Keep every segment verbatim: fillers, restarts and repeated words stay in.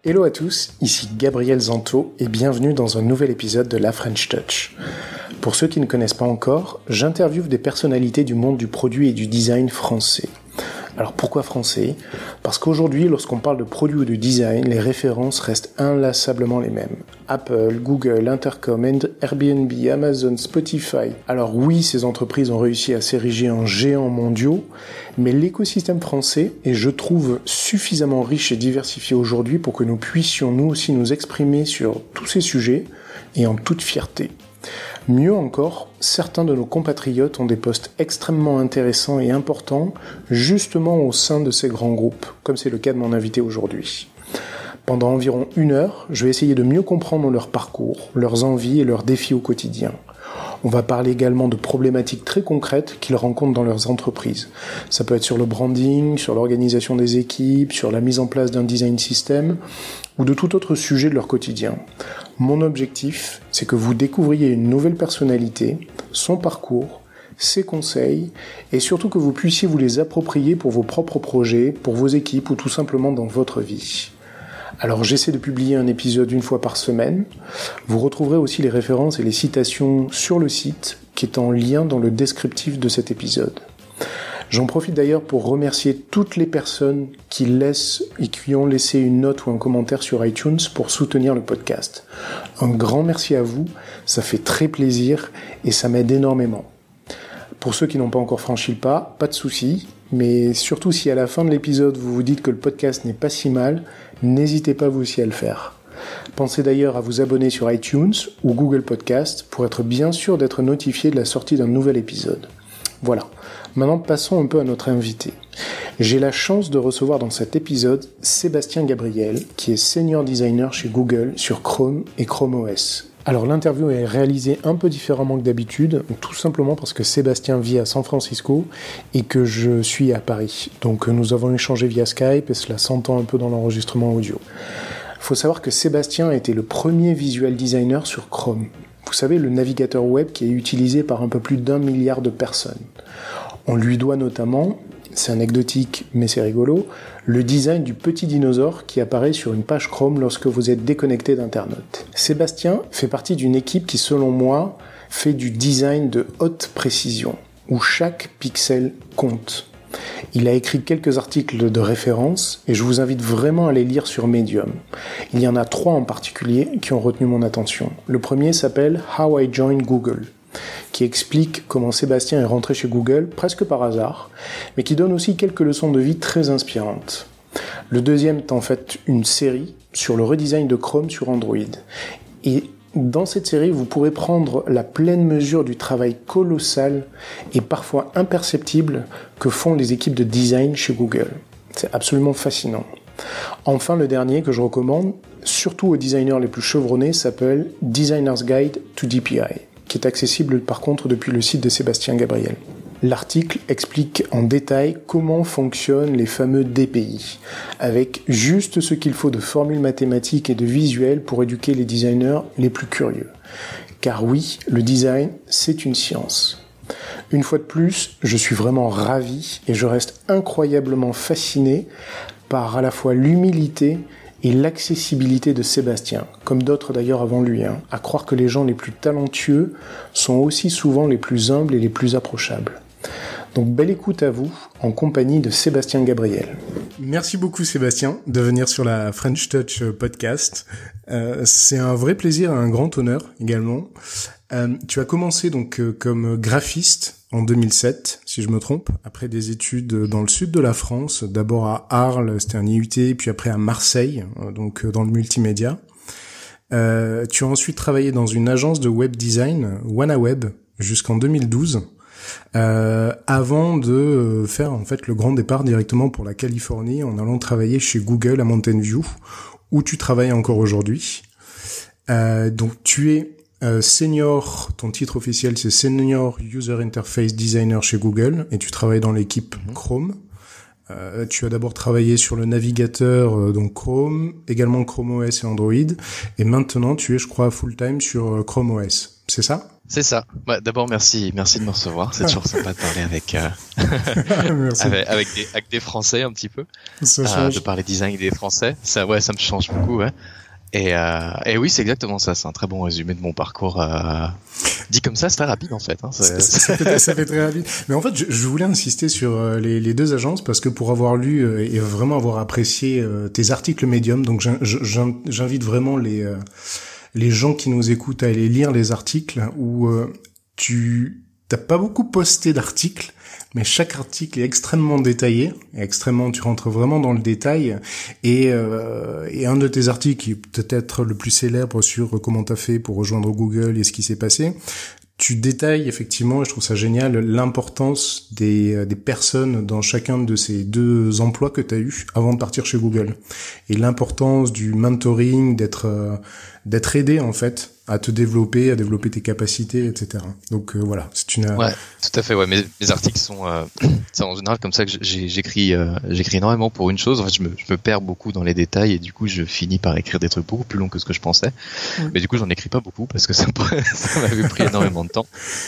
Hello à tous, ici Gabriel Zanto et bienvenue dans un nouvel épisode de La French Touch. Pour ceux qui ne connaissent pas encore, j'interviewe des personnalités du monde du produit et du design français. Alors pourquoi français ? Parce qu'aujourd'hui, lorsqu'on parle de produit ou de design, les références restent inlassablement les mêmes. Apple, Google, Intercom, Airbnb, Amazon, Spotify. Alors oui, ces entreprises ont réussi à s'ériger en géants mondiaux, mais l'écosystème français est, je trouve, suffisamment riche et diversifié aujourd'hui pour que nous puissions nous aussi nous exprimer sur tous ces sujets et en toute fierté. Mieux encore, certains de nos compatriotes ont des postes extrêmement intéressants et importants justement au sein de ces grands groupes, comme c'est le cas de mon invité aujourd'hui. Pendant environ une heure, je vais essayer de mieux comprendre leur parcours, leurs envies et leurs défis au quotidien. On va parler également de problématiques très concrètes qu'ils rencontrent dans leurs entreprises. Ça peut être sur le branding, sur l'organisation des équipes, sur la mise en place d'un design system ou de tout autre sujet de leur quotidien. Mon objectif, c'est que vous découvriez une nouvelle personnalité, son parcours, ses conseils et surtout que vous puissiez vous les approprier pour vos propres projets, pour vos équipes ou tout simplement dans votre vie. Alors j'essaie de publier un épisode une fois par semaine. Vous retrouverez aussi les références et les citations sur le site qui est en lien dans le descriptif de cet épisode. J'en profite d'ailleurs pour remercier toutes les personnes qui laissent et qui ont laissé une note ou un commentaire sur iTunes pour soutenir le podcast. Un grand merci à vous, ça fait très plaisir et ça m'aide énormément. Pour ceux qui n'ont pas encore franchi le pas, pas de souci, mais surtout si à la fin de l'épisode vous vous dites que le podcast n'est pas si mal, n'hésitez pas vous aussi à le faire. Pensez d'ailleurs à vous abonner sur iTunes ou Google Podcast pour être bien sûr d'être notifié de la sortie d'un nouvel épisode. Voilà, maintenant passons un peu à notre invité. J'ai la chance de recevoir dans cet épisode Sébastien Gabriel, qui est senior designer chez Google sur Chrome et Chrome O S. Alors l'interview est réalisée un peu différemment que d'habitude, tout simplement parce que Sébastien vit à San Francisco et que je suis à Paris. Donc nous avons échangé via Skype et cela s'entend un peu dans l'enregistrement audio. Il faut savoir que Sébastien a été le premier visual designer sur Chrome. Vous savez, le navigateur web qui est utilisé par un peu plus d'un milliard de personnes. On lui doit notamment, c'est anecdotique mais c'est rigolo, le design du petit dinosaure qui apparaît sur une page Chrome lorsque vous êtes déconnecté d'Internet. Sébastien fait partie d'une équipe qui, selon moi, fait du design de haute précision, où chaque pixel compte. Il a écrit quelques articles de référence et je vous invite vraiment à les lire sur Medium. Il y en a trois en particulier qui ont retenu mon attention. Le premier s'appelle « How I Joined Google », qui explique comment Sébastien est rentré chez Google presque par hasard, mais qui donne aussi quelques leçons de vie très inspirantes. Le deuxième est en fait une série sur le redesign de Chrome sur Android. Et dans cette série, vous pourrez prendre la pleine mesure du travail colossal et parfois imperceptible que font les équipes de design chez Google. C'est absolument fascinant. Enfin, le dernier que je recommande, surtout aux designers les plus chevronnés, s'appelle Designer's Guide to D P I, qui est accessible par contre depuis le site de Sébastien Gabriel. L'article explique en détail comment fonctionnent les fameux D P I, avec juste ce qu'il faut de formules mathématiques et de visuels pour éduquer les designers les plus curieux. Car oui, le design, c'est une science. Une fois de plus, je suis vraiment ravi et je reste incroyablement fasciné par à la fois l'humilité et l'accessibilité de Sébastien, comme d'autres d'ailleurs avant lui, hein, à croire que les gens les plus talentueux sont aussi souvent les plus humbles et les plus approchables. Donc belle écoute à vous, en compagnie de Sébastien Gabriel. Merci beaucoup Sébastien de venir sur la French Touch podcast. Euh, c'est un vrai plaisir et un grand honneur également. Euh, tu as commencé donc euh, comme graphiste en deux mille sept, si je me trompe, après des études dans le sud de la France, d'abord à Arles, c'était un I U T, puis après à Marseille, euh, donc euh, dans le multimédia. Euh, tu as ensuite travaillé dans une agence de web design, WannaWeb, jusqu'en deux mille douze. Euh, avant de faire en fait le grand départ directement pour la Californie en allant travailler chez Google à Mountain View, où tu travailles encore aujourd'hui. Euh, donc tu es euh, senior, ton titre officiel c'est Senior User Interface Designer chez Google et tu travailles dans l'équipe Chrome. Euh, tu as d'abord travaillé sur le navigateur euh, donc Chrome, également Chrome O S et Android, et maintenant tu es je crois full time sur euh, Chrome O S. C'est ça ? C'est ça. Bah, d'abord, merci, merci de me recevoir. C'est toujours sympa de parler avec, euh... avec, avec, des, avec des Français un petit peu. Ça euh, de parler design avec des Français. Ça, ouais, ça me change beaucoup, ouais. Et, euh, et oui, c'est exactement ça. C'est un très bon résumé de mon parcours. Euh... Dit comme ça, c'est très rapide en fait. Hein. Ça, ça, fait, ça fait très rapide. Mais en fait, je, je voulais insister sur les, les deux agences parce que pour avoir lu et vraiment avoir apprécié tes articles Medium, donc j'invite vraiment les les gens qui nous écoutent à aller lire les articles où tu t'as pas beaucoup posté d'articles, mais chaque article est extrêmement détaillé, extrêmement, tu rentres vraiment dans le détail, et, euh, et un de tes articles qui est peut-être le plus célèbre sur comment t'as fait pour rejoindre Google et ce qui s'est passé, tu détailles effectivement, et je trouve ça génial, l'importance des, des personnes dans chacun de ces deux emplois que tu as eu avant de partir chez Google. Et l'importance du mentoring, d'être euh, d'être aidé en fait à te développer, à développer tes capacités, et cetera. Donc euh, voilà, c'est une... Ouais, tout à fait, ouais. Mes, mes articles sont... Euh, c'est en général comme ça que j'ai, j'écris euh, j'écris énormément pour une chose. En fait, je me, je me perds beaucoup dans les détails et du coup, je finis par écrire des trucs beaucoup plus longs que ce que je pensais. Ouais. Mais du coup, j'en écris pas beaucoup parce que ça, ça m'avait pris énormément de temps.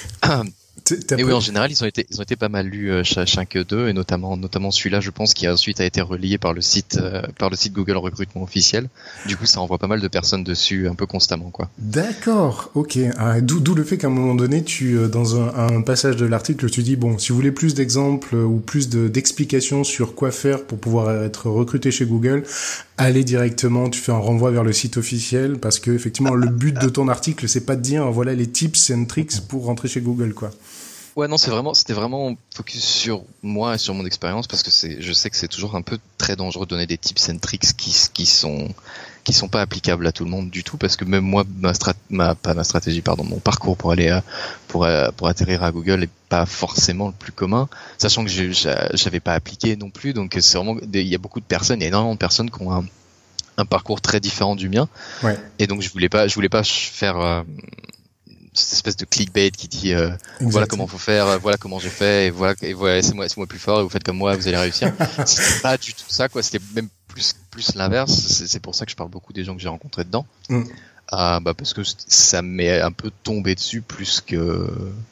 Et oui, en général, ils ont été, ils ont été pas mal lus euh, chacun d'eux, et notamment, notamment celui-là, je pense, qui a ensuite a été relié par le site, euh, par le site Google Recrutement officiel. Du coup, ça envoie pas mal de personnes dessus, un peu constamment, quoi. D'accord, ok. Ah, d'où, d'où le fait qu'à un moment donné, tu, dans un, un passage de l'article, tu dis bon, si vous voulez plus d'exemples ou plus de, d'explications sur quoi faire pour pouvoir être recruté chez Google, allez directement. Tu fais un renvoi vers le site officiel parce que effectivement, le but de ton article, c'est pas de dire voilà les tips and tricks pour rentrer chez Google, quoi. Ouais, non, c'est vraiment, c'était vraiment focus sur moi et sur mon expérience parce que c'est, je sais que c'est toujours un peu très dangereux de donner des tips and tricks qui, qui sont, qui sont pas applicables à tout le monde du tout parce que même moi, ma strat, ma, pas ma stratégie, pardon, mon parcours pour aller à, pour, pour atterrir à Google est pas forcément le plus commun, sachant que je, j'avais pas appliqué non plus, donc c'est vraiment, il y a beaucoup de personnes, il y a énormément de personnes qui ont un, un parcours très différent du mien. Ouais. Et donc je voulais pas, je voulais pas faire, euh, cette espèce de clickbait qui dit euh, voilà comment faut faire, voilà comment j'ai fait, et voilà, et voilà c'est moi, c'est moi plus fort, et vous faites comme moi, vous allez réussir. C'était pas du tout ça, quoi. C'était même plus plus l'inverse. C'est, c'est pour ça que je parle beaucoup des gens que j'ai rencontrés dedans, mm. euh, bah parce que ça m'est un peu tombé dessus plus que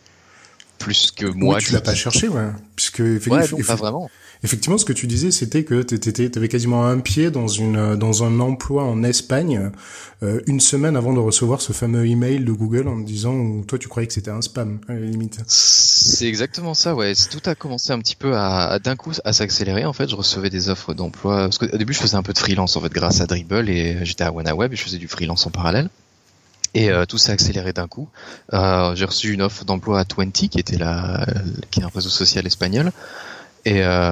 plus que moi. Oui, tu qui... l'as pas cherché, ouais, puisque effectivement, ouais, non, pas vraiment. Effectivement, ce que tu disais, c'était que t'étais, t'avais quasiment un pied dans une, dans un emploi en Espagne, euh, une semaine avant de recevoir ce fameux email de Google en te disant, toi, tu croyais que c'était un spam, à la limite. C'est exactement ça, ouais. Tout a commencé un petit peu à, à d'un coup, à s'accélérer, en fait. Je recevais des offres d'emploi, parce qu'au début, je faisais un peu de freelance, en fait, grâce à Dribbble, et j'étais à WannaWeb, et je faisais du freelance en parallèle. Et euh, tout s'est accéléré d'un coup. Euh, j'ai reçu une offre d'emploi à vingt, qui était la, qui est un réseau social espagnol. Et, euh,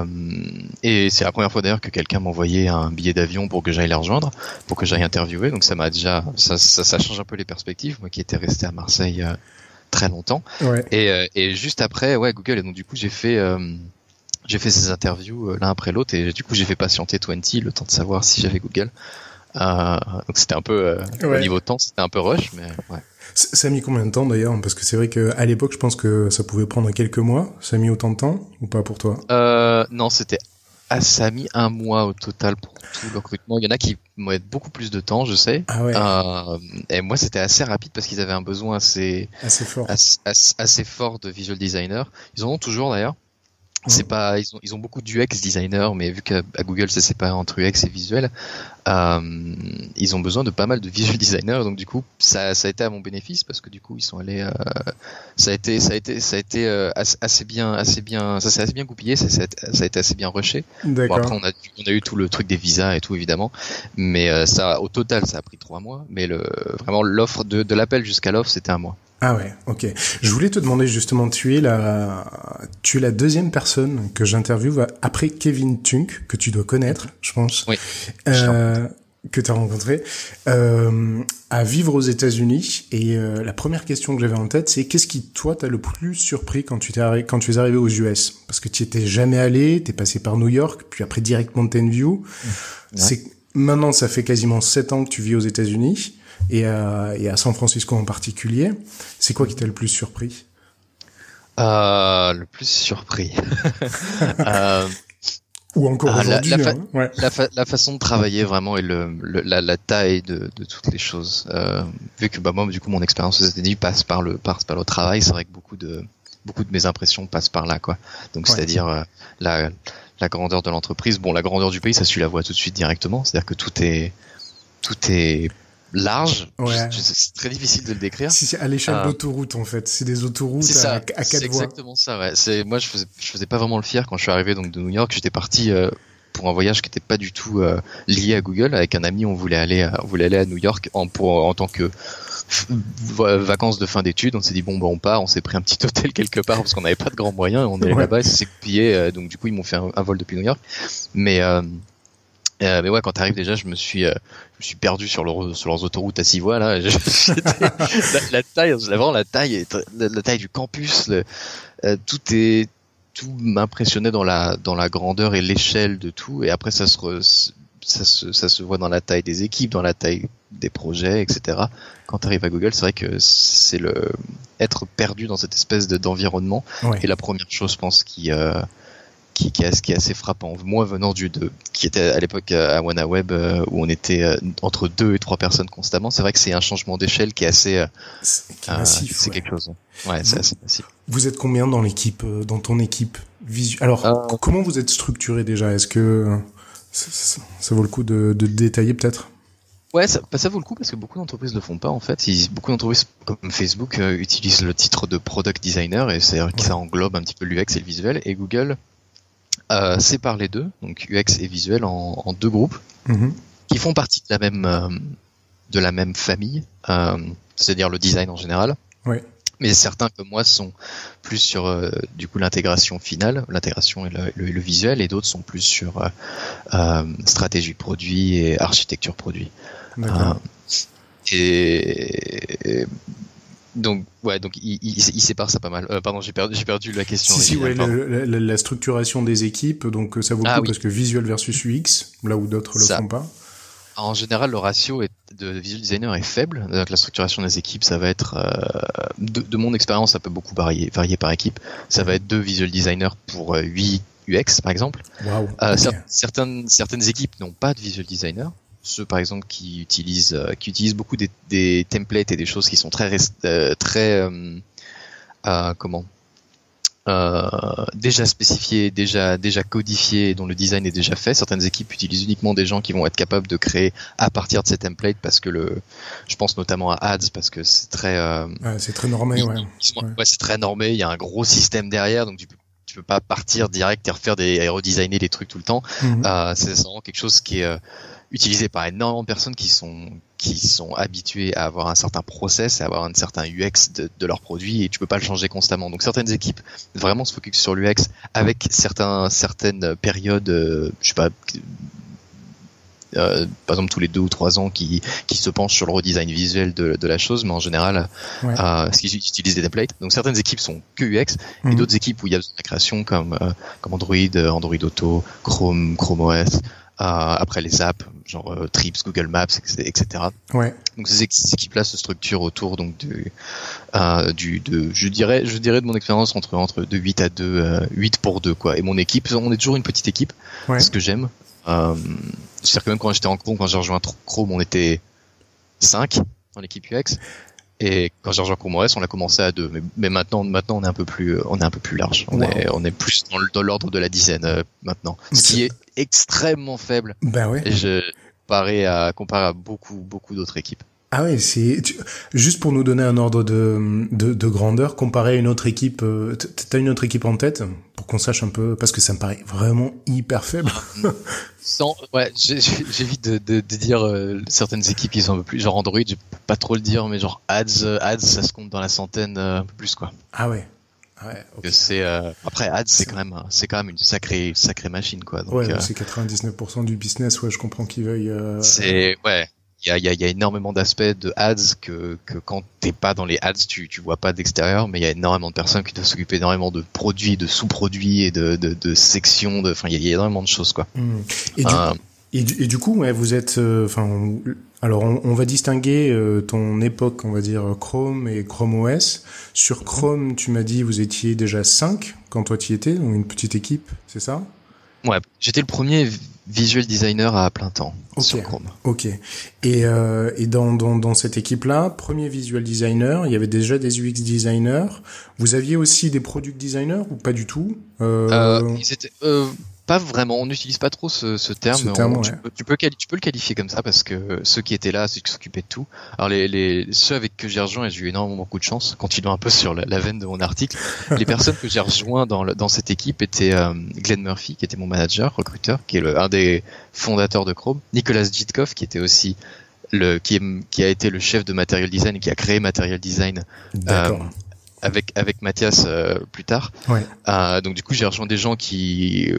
et c'est la première fois d'ailleurs que quelqu'un m'envoyait un billet d'avion pour que j'aille les rejoindre, pour que j'aille interviewer. Donc ça m'a déjà, ça, ça, ça change un peu les perspectives. Moi qui étais resté à Marseille euh, très longtemps. Ouais. Et, euh, et juste après, ouais, Google. Et donc du coup j'ai fait, euh, j'ai fait ces interviews euh, l'un après l'autre. Et du coup j'ai fait patienter vingt le temps de savoir si j'avais Google. Euh, donc c'était un peu euh, ouais. Au niveau temps, c'était un peu rush, mais ouais. Ça a mis combien de temps d'ailleurs? Parce que c'est vrai qu'à l'époque, je pense que ça pouvait prendre quelques mois. Ça a mis autant de temps ou pas pour toi? euh, Non, c'était ah, ça a mis un mois au total pour tout le recrutement. Il y en a qui mettent beaucoup plus de temps, je sais. Ah ouais. Euh, et moi, c'était assez rapide parce qu'ils avaient un besoin assez assez fort, assez, assez, assez fort de visual designer. Ils en ont toujours d'ailleurs. C'est pas, ils ont, ils ont beaucoup d'U X designers, mais vu qu'à à Google c'est séparé entre U X et visuel, euh, ils ont besoin de pas mal de visual designers. Donc du coup, ça, ça a été à mon bénéfice parce que du coup ils sont allés, euh, ça a été, ça a été, ça a été euh, assez, assez bien, assez bien, ça s'est assez bien goupillé, ça, ça a été assez bien rushé. D'accord. Bon, après on a, on a eu tout le truc des visas et tout évidemment, mais euh, ça, au total, ça a pris trois mois. Mais le, vraiment l'offre de, de l'appel jusqu'à l'offre, c'était un mois. Ah ouais, ok. Je voulais te demander justement, tu es la, tu es la deuxième personne que j'interviewe après Kevin Tunk, que tu dois connaître, je pense. Oui. Euh, que tu as rencontré, euh, à vivre aux États-Unis. Et euh, la première question que j'avais en tête, c'est qu'est-ce qui, toi, t'a le plus surpris quand tu t'es arri- quand tu es arrivé aux U S? Parce que tu y étais jamais allé, t'es passé par New York, puis après direct Mountain View. Ouais. C'est, maintenant, ça fait quasiment sept ans que tu vis aux États-Unis. Et à, et à San Francisco en particulier, c'est quoi qui t'a le plus surpris? euh, Le plus surpris. euh, Ou encore ah, aujourd'hui. La, la, fa- hein, ouais. la, fa- la façon de travailler vraiment et le, le la, la taille de, de toutes les choses. Euh, vu que bah moi du coup mon expérience aux États-Unis passe par le passe par le travail, c'est vrai que beaucoup de beaucoup de mes impressions passent par là quoi. Donc ouais. C'est-à-dire euh, la la grandeur de l'entreprise. Bon, la grandeur du pays, ça suit la voie tout de suite directement. C'est-à-dire que tout est tout est large. Ouais. Je, je, c'est très difficile de le décrire. Si c'est à l'échelle euh, d'autoroute en fait, c'est des autoroutes c'est ça, à, à quatre c'est voies. Exactement ça. Ouais. C'est moi je faisais je faisais pas vraiment le fier quand je suis arrivé donc de New York. J'étais parti euh, pour un voyage qui n'était pas du tout euh, lié à Google. Avec un ami, on voulait aller à, on voulait aller à New York en pour en tant que vacances de fin d'études. On s'est dit bon bah on part. On s'est pris un petit hôtel quelque part parce qu'on n'avait pas de grands moyens. On est allé ouais. là-bas, et ça s'est pillé. Euh, donc du coup ils m'ont fait un, un vol depuis New York. Mais euh, Euh, mais ouais, quand t'arrives déjà, je me suis, euh, je me suis perdu sur, leur, sur leurs autoroutes à six voies là. la, la taille, vraiment la taille, la, la taille du campus, le, euh, tout est, tout m'impressionnait dans la, dans la grandeur et l'échelle de tout. Et après, ça se, re, ça se, ça se voit dans la taille des équipes, dans la taille des projets, et cetera. Quand t'arrives à Google, c'est vrai que c'est le être perdu dans cette espèce de, d'environnement. Ouais. Et la première chose, je pense, qui euh, Qui, qui, est, qui est assez frappant. Moi, venant du de, qui était à l'époque à OneWeb euh, où on était euh, entre deux et trois personnes constamment, c'est vrai que c'est un changement d'échelle qui est assez, euh, c'est, euh, massif, c'est ouais. quelque chose. Ouais, c'est assez massif. Vous êtes combien dans l'équipe, dans ton équipe visu- Alors, euh... comment vous êtes structuré déjà ? Est-ce que ça, ça, ça vaut le coup de, de détailler peut-être ? Ouais, ça, bah ça vaut le coup parce que beaucoup d'entreprises le font pas en fait. Ils, beaucoup d'entreprises comme Facebook euh, utilisent le titre de product designer et c'est-à-dire que ouais. ça englobe un petit peu l'U X et le visuel. Et Google Euh, sépare les deux, donc U X et visuel, en, en deux groupes mm-hmm. qui font partie de la même euh, de la même famille, euh, c'est-à-dire le design en général. Ouais. Mais certains comme moi sont plus sur euh, du coup l'intégration finale, l'intégration et le, le, le visuel, et d'autres sont plus sur euh, euh, stratégie produit et architecture produit. D'accord. Euh, et, et Donc ouais, donc il, il, il sépare ça pas mal. Euh, pardon, j'ai perdu, j'ai perdu la question. Si si, ouais, la, la, la structuration des équipes, donc ça vaut le ah, coup oui. parce que visuel versus U X, là où d'autres ça. le font pas. En général, le ratio est, de visual designer est faible. Donc la structuration des équipes, ça va être euh, de, de mon expérience, ça peut beaucoup varier, varier par équipe. Ça va être deux visual designers pour euh, huit U X par exemple. Wow. Euh, okay. cer- certaines certaines équipes n'ont pas de visual designer. Ceux par exemple qui utilisent euh, qui utilisent beaucoup des, des templates et des choses qui sont très rest- euh, très euh, euh, comment euh, déjà spécifiées, déjà déjà codifiées, dont le design est déjà fait. Certaines équipes utilisent uniquement des gens qui vont être capables de créer à partir de ces templates parce que le je pense notamment à Ads parce que c'est très euh, ouais, c'est très normé. ils, ouais. Ils sont, ouais. ouais c'est très normé. Il y a un gros système derrière, donc tu peux tu peux pas partir direct et refaire des et redesigner les trucs tout le temps. Mm-hmm. Euh, c'est vraiment quelque chose qui est euh, utilisé par énormément de personnes qui sont qui sont habituées à avoir un certain process et à avoir un certain U X de, de leurs produits et tu peux pas le changer constamment. Donc certaines équipes vraiment se focusent sur l'U X avec certains certaines périodes, euh, je sais pas, euh, par exemple tous les deux ou trois ans qui qui se penchent sur le redesign visuel de, de la chose, mais en général, ouais. euh, ce qu'ils utilisent des templates. Donc certaines équipes sont que U X mmh. et d'autres équipes où il y a de la création comme euh, comme Android, Android Auto, Chrome, Chrome O S. Euh, après les apps, genre euh, Trips, Google Maps, et cetera. Ouais. Donc ces, ces équipes-là se structurent autour donc du, euh, du, de, je dirais, je dirais de mon expérience entre entre de huit à deux, euh, huit pour deux quoi. Et mon équipe, on est toujours une petite équipe, ouais. ce que j'aime. Euh, c'est-à-dire que même quand j'étais en Chrome, quand j'ai rejoint Chrome, on était cinq dans l'équipe U X. Et quand j'ai rejoint Chrome O S, on l'a commencé à deux. Mais, mais maintenant, maintenant, on est un peu plus, on est un peu plus large. On wow. est, on est plus dans, le, dans l'ordre de la dizaine euh, maintenant, ce qui est extrêmement faible. Ben ouais. Et je comparé à, comparé à beaucoup, beaucoup d'autres équipes. Ah ouais, c'est tu... juste pour nous donner un ordre de, de, de grandeur, comparé à une autre équipe. Euh, t'as une autre équipe en tête pour qu'on sache un peu, parce que ça me paraît vraiment hyper faible. Sans, ouais, j'évite de, de, de dire euh, certaines équipes qui sont un peu plus, genre Android, je peux pas trop le dire, mais genre Ads, Ads, ça se compte dans la centaine, euh, un peu plus quoi. Ah ouais. Ouais, okay. C'est euh, après Ads, c'est quand même, c'est quand même une sacrée, sacrée machine quoi. Donc, ouais, euh, c'est quatre-vingt-dix-neuf pour cent du business. Ouais, je comprends qu'ils veuillent. Euh... C'est ouais. Il y a, il y, a, il y a énormément d'aspects de ads que, que quand t'es pas dans les ads, tu, tu vois pas d'extérieur, mais il y a énormément de personnes qui doivent s'occuper énormément de produits, de sous-produits et de, de, de sections, de, enfin, il y, a, il y a énormément de choses, quoi. Mmh. Et, euh, du, et, du, et du coup, ouais, vous êtes, enfin, euh, alors on, on va distinguer euh, ton époque, on va dire Chrome et Chrome O S. Sur Chrome, tu m'as dit, vous étiez déjà cinq quand toi t'y étais, donc une petite équipe, c'est ça? Ouais, j'étais le premier visual designer à plein temps okay. sur Chrome. Ok. Et, euh, et dans, dans, dans cette équipe-là, premier visual designer, il y avait déjà des U X designers. Vous aviez aussi des product designers ou pas du tout? euh... Euh, ils étaient, euh, Pas vraiment, on n'utilise pas trop ce, ce terme. Ce terme on, ouais. tu, peux, tu, peux, tu peux le qualifier comme ça parce que ceux qui étaient là, ceux qui s'occupaient de tout. Alors les, les ceux avec que j'ai rejoint, et j'ai eu énormément beaucoup de chance, continuant un peu sur la, la veine de mon article, les personnes que j'ai rejoint dans, dans cette équipe étaient euh, Glenn Murphy, qui était mon manager, recruteur, qui est le, un des fondateurs de Chrome, Nicolas Jitkov, qui était aussi le qui, est, qui a été le chef de Material Design et qui a créé Material Design. D'accord. Euh, avec avec Mathias euh, plus tard. Ouais. Euh, donc du coup j'ai rejoint des gens qui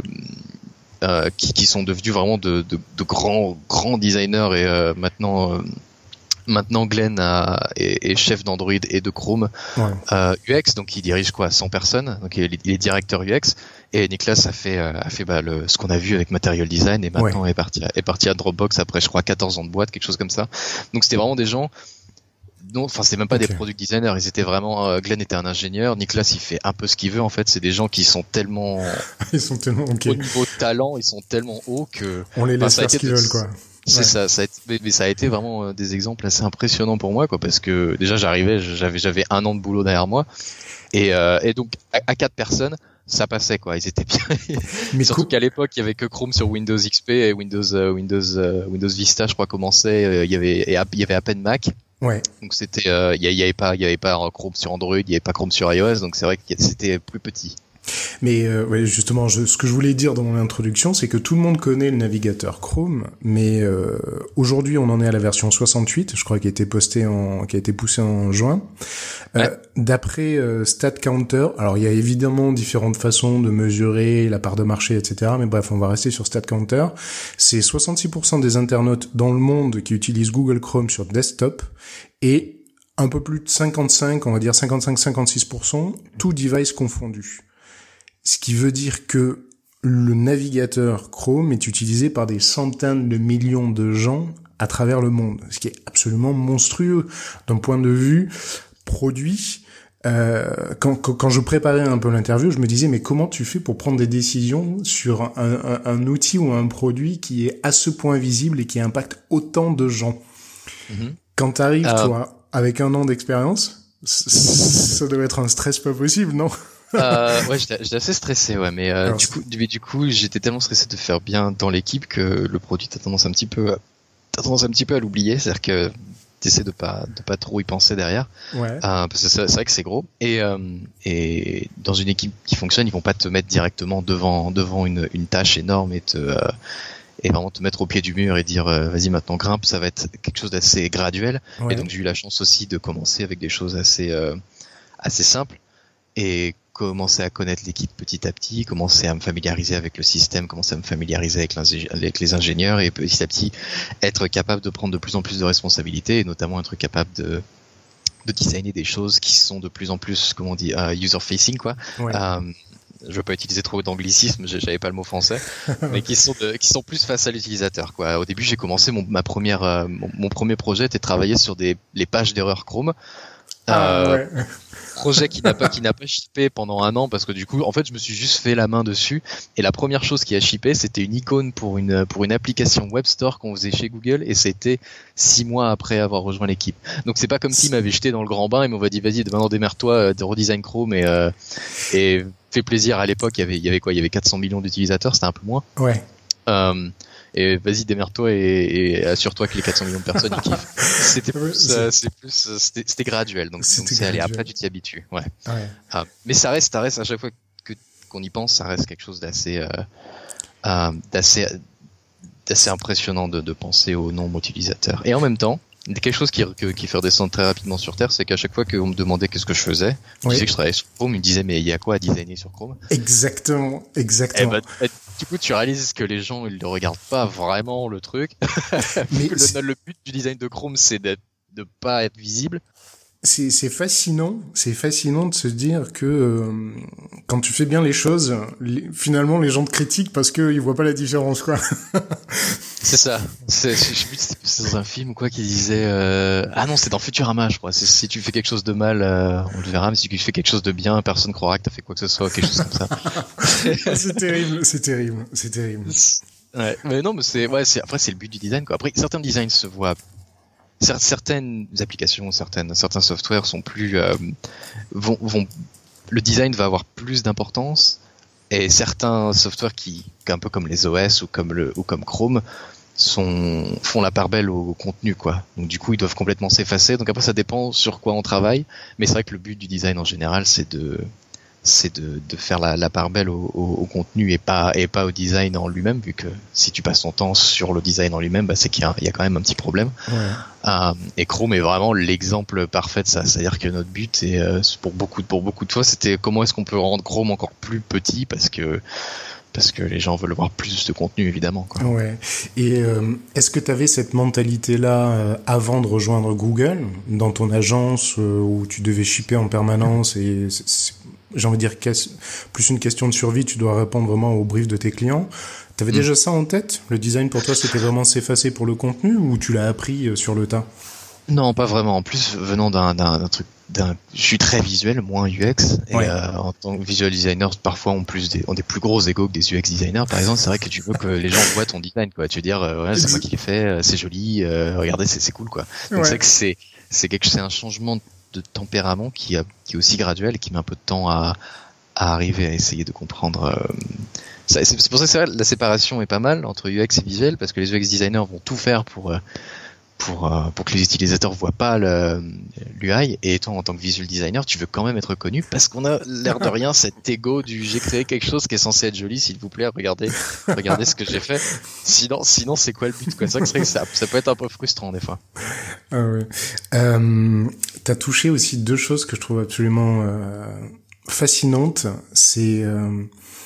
euh, qui, qui sont devenus vraiment de, de, de grands grands designers et euh, maintenant euh, maintenant Glenn a, est, est chef d'Android et de Chrome ouais. euh, U X, donc il dirige quoi cent personnes, donc il est, il est directeur U X, et Nicolas a fait a fait bah, le ce qu'on a vu avec Material Design et maintenant ouais. est parti est parti à Dropbox après je crois quatorze ans de boîte, quelque chose comme ça. Donc c'était vraiment des gens. Non, enfin c'est même pas okay. des product designers, ils étaient vraiment euh, Glenn était un ingénieur, Nicolas il fait un peu ce qu'il veut en fait, c'est des gens qui sont tellement ils sont tellement okay. au niveau de talent, ils sont tellement hauts que on les laisse enfin, faire ce qu'ils veulent quoi. C'est ouais. ça, ça a été, mais, mais ça a été vraiment euh, des exemples assez impressionnants pour moi quoi, parce que déjà j'arrivais, j'avais j'avais un an de boulot derrière moi et euh, et donc à, à quatre personnes ça passait quoi, ils étaient bien. Mais surtout co- qu'à l'époque il y avait que Chrome sur Windows X P et Windows euh, Windows euh, Windows Vista je crois commençait, euh, il y avait et il y avait à peine Mac. Ouais. Donc c'était, il euh, y, y avait pas, il y avait pas Chrome sur Android, il y avait pas Chrome sur iOS, donc c'est vrai que c'était plus petit. Mais euh, ouais, justement, je, ce que je voulais dire dans mon introduction, c'est que tout le monde connaît le navigateur Chrome, mais euh, aujourd'hui, on en est à la version soixante-huit, je crois, qui a été postée en, qui a été poussée en juin. Euh, ouais. D'après euh, StatCounter, alors il y a évidemment différentes façons de mesurer la part de marché, et cetera. Mais bref, on va rester sur StatCounter. C'est soixante-six pour cent des internautes dans le monde qui utilisent Google Chrome sur desktop et un peu plus de cinquante-cinq, on va dire cinquante-cinq à cinquante-six pour cent, tout device confondu. Ce qui veut dire que le navigateur Chrome est utilisé par des centaines de millions de gens à travers le monde, ce qui est absolument monstrueux d'un point de vue produit. Euh, quand, quand je préparais un peu l'interview, je me disais mais comment tu fais pour prendre des décisions sur un, un, un outil ou un produit qui est à ce point visible et qui impacte autant de gens. Mm-hmm. Quand t'arrives, euh... toi, avec un an d'expérience, ça doit être un stress pas possible, non? euh, ouais, j'étais, j'étais assez stressé, ouais, mais euh, du coup, du, du coup, j'étais tellement stressé de faire bien dans l'équipe que le produit t'as tendance un petit peu, t'as tendance un petit peu à l'oublier, c'est-à-dire que t'essaies de pas, de pas trop y penser derrière, ouais. euh, parce que c'est, c'est vrai que c'est gros. Et euh, et dans une équipe qui fonctionne, ils vont pas te mettre directement devant, devant une, une tâche énorme et te euh, et vraiment te mettre au pied du mur et dire euh, vas-y maintenant grimpe, ça va être quelque chose d'assez graduel. Ouais. Et donc j'ai eu la chance aussi de commencer avec des choses assez, euh, assez simples et commencer à connaître l'équipe petit à petit, commencer à me familiariser avec le système, commencer à me familiariser avec, avec les ingénieurs et petit à petit être capable de prendre de plus en plus de responsabilités et notamment être capable de, de designer des choses qui sont de plus en plus, comment on dit, uh, user-facing quoi. Ouais. Euh, je veux pas utiliser trop d'anglicisme, j'avais pas le mot français, mais qui sont de, qui sont plus face à l'utilisateur quoi. Au début j'ai commencé mon ma première euh, mon, mon premier projet était de travailler sur des les pages d'erreur Chrome. Ah, euh, ouais. Projet qui n'a pas qui n'a pas shippé pendant un an parce que du coup en fait je me suis juste fait la main dessus et la première chose qui a shippé c'était une icône pour une pour une application web store qu'on faisait chez Google et c'était six mois après avoir rejoint l'équipe. Donc c'est pas comme s'ils m'avaient jeté dans le grand bain et m'avaient dit vas-y maintenant démerde-toi, de redesign Chrome et euh, et fais plaisir. À l'époque il y avait il y avait quoi il y avait quatre cents millions d'utilisateurs, c'était un peu moins. Ouais. Euh, et vas-y démerde-toi et, et assure-toi que les quatre cents millions de personnes ils kiffent. C'était plus, euh, c'est plus, c'était, c'était graduel, donc donc c'est allé. Après tu t'y habitues, ouais. ouais. Ah, mais ça reste, ça reste à chaque fois que qu'on y pense, ça reste quelque chose d'assez, euh, euh, d'assez, d'assez impressionnant de, de penser au nombre d'utilisateurs. Et en même temps, quelque chose qui, qui, qui fait redescendre très rapidement sur Terre, c'est qu'à chaque fois qu'on me demandait qu'est-ce que je faisais, je oui. disais que je travaillais sur Chrome, ils me disaient mais il y a quoi à designer sur Chrome? Exactement, exactement. Et bah, du coup, tu réalises que les gens, ils ne regardent pas vraiment le truc. Mais le, le but du design de Chrome, c'est de ne pas être visible. C'est, c'est fascinant, c'est fascinant de se dire que euh, quand tu fais bien les choses, les, finalement les gens te critiquent parce qu'ils voient pas la différence, quoi. C'est ça. C'est, je sais plus, c'est dans un film quoi qui disait euh... ah non, c'est dans Futurama, je crois. C'est, si tu fais quelque chose de mal, euh, on le verra. Mais si tu fais quelque chose de bien, personne croira que t'as fait quoi que ce soit, quelque chose comme ça. C'est terrible, c'est terrible, c'est terrible. Ouais, mais non, mais c'est ouais, c'est après c'est le but du design quoi. Après certains designs se voient. Certaines applications, certaines, certains softwares sont plus, euh, vont, vont, le design va avoir plus d'importance, et certains softwares qui, un peu comme les O S ou comme le, ou comme Chrome, sont, font la part belle au, au contenu, quoi. Donc du coup, ils doivent complètement s'effacer. Donc après, ça dépend sur quoi on travaille, mais c'est vrai que le but du design en général, c'est de, c'est de, de faire la, la part belle au, au, au contenu et pas, et pas au design en lui-même, vu que si tu passes ton temps sur le design en lui-même, bah, c'est qu'il y a, il y a quand même un petit problème. Ouais. Euh, et Chrome est vraiment l'exemple parfait de ça. C'est-à-dire que notre but, est, euh, pour beaucoup, pour beaucoup de fois, c'était comment est-ce qu'on peut rendre Chrome encore plus petit, parce que, parce que les gens veulent voir plus de contenu, évidemment, quoi. Ouais. Et euh, est-ce que tu avais cette mentalité-là euh, avant de rejoindre Google, dans ton agence euh, où tu devais shipper en permanence et c'est, c'est, j'ai envie de dire plus une question de survie, tu dois répondre vraiment aux briefs de tes clients. T'avais mmh. déjà ça en tête? Le design pour toi, c'était vraiment s'effacer pour le contenu, ou tu l'as appris sur le tas? Non, pas vraiment. En plus, venant d'un, d'un, d'un truc, d'un, je suis très visuel, moins U X. Et ouais. euh, en tant que visual designer, parfois on plus des, ont des plus gros égos que des U X designers. Par exemple, c'est vrai que tu veux que les gens voient ton design, quoi. Tu veux dire, euh, ouais, c'est moi qui l'ai fait, c'est joli, euh, regardez, c'est, c'est cool, quoi. Donc ouais. c'est vrai que c'est, c'est quelque, c'est un changement de tempérament qui, a, qui est aussi graduel et qui met un peu de temps à, à arriver à essayer de comprendre. Euh, ça, c'est, c'est pour ça que c'est vrai, la séparation est pas mal entre U X et visuel, parce que les U X designers vont tout faire pour euh, pour euh, pour que les utilisateurs voient pas le, l'U I, et toi en tant que visual designer, tu veux quand même être connu parce qu'on a l'air de rien cet ego du j'ai créé quelque chose qui est censé être joli, s'il vous plaît, regardez regardez ce que j'ai fait. Sinon sinon c'est quoi le but, quoi. C'est vrai que ça ça peut être un peu frustrant des fois. Ah ouais. Euh, t'as touché aussi deux choses que je trouve absolument euh, fascinantes. C'est euh,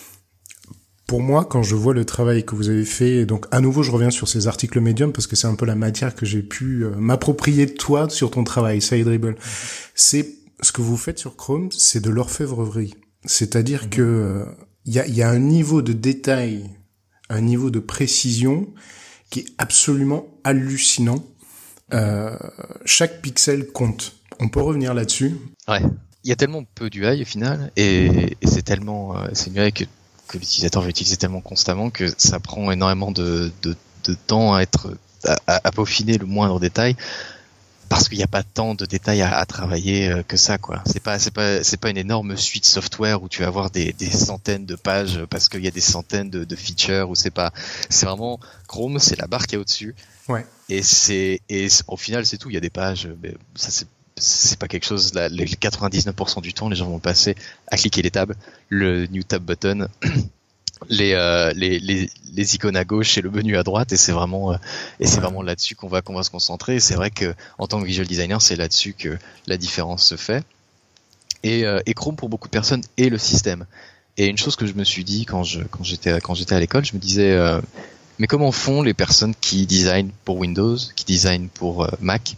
pour moi, quand je vois le travail que vous avez fait, donc à nouveau je reviens sur ces articles Medium parce que c'est un peu la matière que j'ai pu euh, m'approprier de toi sur ton travail, Siderable. C'est ce que vous faites sur Chrome, c'est de l'orfèvrerie. C'est-à-dire mmh. que il euh, y a, y a un niveau de détail, un niveau de précision qui est absolument hallucinant. Euh, chaque pixel compte. On peut revenir là-dessus. Ouais. Il y a tellement peu d'U I au final, et, et c'est tellement, euh, c'est une U I que que l'utilisateur va utiliser tellement constamment que ça prend énormément de, de, de temps à être à, à peaufiner le moindre détail, parce qu'il n'y a pas tant de détails à, à travailler que ça, quoi. C'est pas c'est pas c'est pas une énorme suite software où tu vas avoir des, des centaines de pages parce qu'il y a des centaines de, de features, ou c'est pas c'est vraiment Chrome, c'est la barre qui est au-dessus. Ouais. Et c'est et au final c'est tout. Il y a des pages, mais ça c'est c'est pas quelque chose, là, les quatre-vingt-dix-neuf pour cent du temps, les gens vont passer à cliquer les tabs, le new tab button, les, euh, les, les, les icônes à gauche et le menu à droite, et c'est vraiment, euh, et c'est vraiment là-dessus qu'on va, qu'on va se concentrer. Et c'est vrai que, en tant que visual designer, c'est là-dessus que la différence se fait. Et, euh, et Chrome, pour beaucoup de personnes, est le système. Et une chose que je me suis dit quand je, quand j'étais, quand j'étais à l'école, je me disais, euh, mais comment font les personnes qui designent pour Windows, qui designent pour euh, Mac?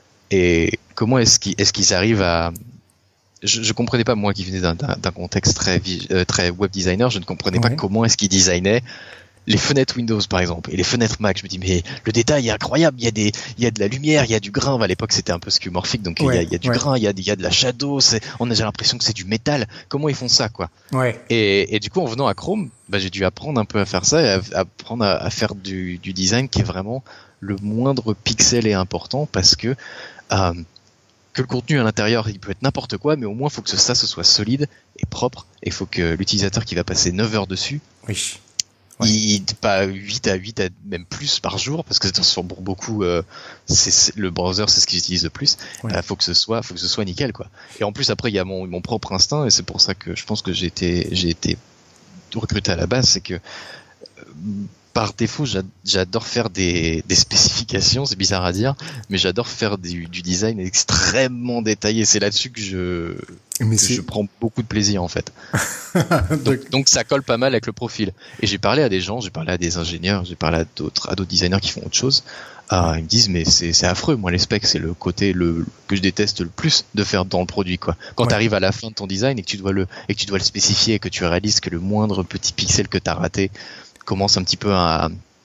Et comment est-ce qu'ils, est-ce qu'ils arrivent à... Je, je comprenais pas, moi qui venais d'un, d'un, d'un contexte très, euh, très web designer, je ne comprenais ouais. pas comment est-ce qu'ils designaient les fenêtres Windows, par exemple, et les fenêtres Mac. Je me dis, mais le détail est incroyable, il y a des, il y a de la lumière, il y a du grain. À l'époque, c'était un peu skeuomorphique, donc ouais, il, y a, il y a du ouais. grain, il y a, il y a de la shadow, c'est, on a déjà l'impression que c'est du métal. Comment ils font ça, quoi? Ouais. Et, et du coup, en venant à Chrome, bah, j'ai dû apprendre un peu à faire ça, et à, à apprendre à, à faire du, du design qui est vraiment le moindre pixel est important, parce que, euh, que le contenu à l'intérieur, il peut être n'importe quoi, mais au moins, il faut que ça, ce soit solide et propre, et il faut que l'utilisateur qui va passer neuf heures dessus, oui. ouais. il, pas huit à huit, à même plus par jour, parce que pour beaucoup, euh, c'est, c'est, le browser, c'est ce qu'ils utilisent le plus, il ouais. euh, faut que ce soit, faut que ce soit nickel, quoi. Et en plus, après, il y a mon, mon propre instinct, et c'est pour ça que je pense que j'ai été, j'ai été recruté à la base, c'est que, euh, par défaut, j'adore faire des, des spécifications, c'est bizarre à dire, mais j'adore faire du, du design extrêmement détaillé. C'est là-dessus que je, mais que je prends beaucoup de plaisir, en fait. donc, donc ça colle pas mal avec le profil. Et j'ai parlé à des gens, j'ai parlé à des ingénieurs, j'ai parlé à d'autres, à d'autres designers qui font autre chose. Euh, ils me disent mais c'est, c'est affreux, moi les specs c'est le côté le que je déteste le plus de faire dans le produit quoi. Quand ouais. tu arrives à la fin de ton design et que tu dois le et que tu dois le spécifier et que tu réalises que le moindre petit pixel que tu as raté commence un petit peu à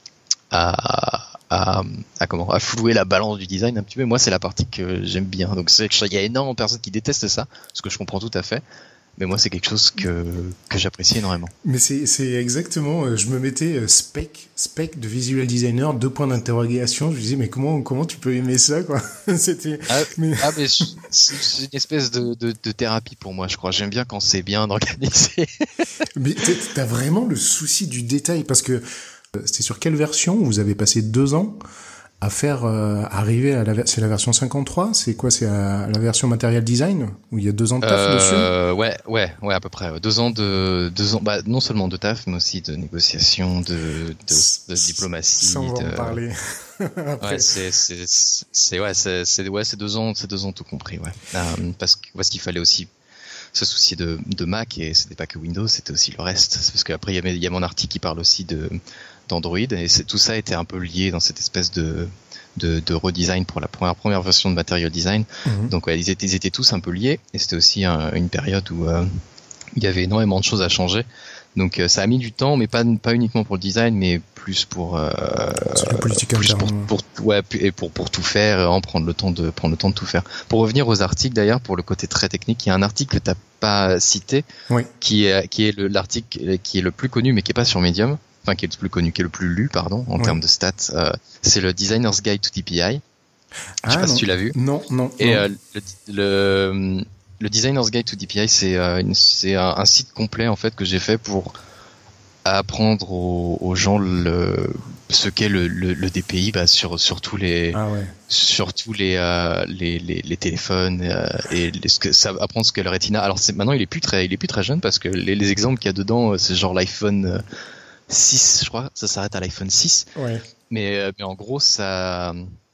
à à, à comment à flouer la balance du design un petit peu. Moi c'est la partie que j'aime bien. Donc c'est il y a énormément de personnes qui détestent ça, ce que je comprends tout à fait. Mais moi, c'est quelque chose que, que j'apprécie énormément. Mais c'est, c'est exactement, je me mettais spec, spec de visual designer, deux points d'interrogation. Je me disais, mais comment, comment tu peux aimer ça, quoi? C'était, ah, mais... ah, mais c'est, c'est une espèce de, de, de thérapie pour moi, je crois. J'aime bien quand c'est bien organisé. Mais t'as vraiment le souci du détail, parce que c'était sur quelle version vous avez passé deux ans à faire euh, arriver à la c'est la version cinquante-trois, c'est quoi, c'est à la version Material Design où il y a deux ans de taf euh, dessus. Ouais, ouais, ouais, à peu près. Deux ans de deux ans, bah non seulement de taf, mais aussi de négociation, de de, de diplomatie. Ça, on va de... en parler. Ouais, c'est c'est c'est ouais, c'est c'est ouais, c'est deux ans, c'est deux ans tout compris, ouais. Euh, parce que parce qu'il fallait aussi se soucier de de Mac et c'était pas que Windows, c'était aussi le reste. C'est parce qu'après il y a il y a mon article qui parle aussi de d'Android et c'est, tout ça était un peu lié dans cette espèce de de, de redesign pour la première première version de Material Design. Mmh. Donc ouais, ils étaient ils étaient tous un peu liés et c'était aussi un, une période où euh, il y avait énormément de choses à changer. Donc euh, ça a mis du temps, mais pas pas uniquement pour le design, mais plus pour euh, politique plus pour, pour ouais et pour pour tout faire, en prendre le temps de prendre le temps de tout faire. Pour revenir aux articles d'ailleurs, pour le côté très technique, il y a un article que t'as pas cité, oui. qui est qui est le, l'article qui est le plus connu, mais qui est pas sur Medium. Enfin, qui est le plus connu, qui est le plus lu, pardon, en ouais. termes de stats, euh, c'est le Designer's Guide to D P I. Je sais ah, pas non. si tu l'as vu. Non, non. Et non. Euh, le, le, le Designer's Guide to D P I, c'est, euh, une, c'est un, un site complet en fait que j'ai fait pour apprendre aux, aux gens le, ce qu'est le, le, le D P I, bah, sur sur tous les, ah ouais. sur tous les, euh, les les les téléphones euh, et les, ce que ça apprendre ce qu'est le Retina. Alors c'est maintenant il est plus très il est plus très jeune parce que les, les exemples qu'il y a dedans, c'est genre l'iPhone. Euh, six, je crois, ça s'arrête à l'iPhone six. Ouais. Mais, euh, mais en gros, ça,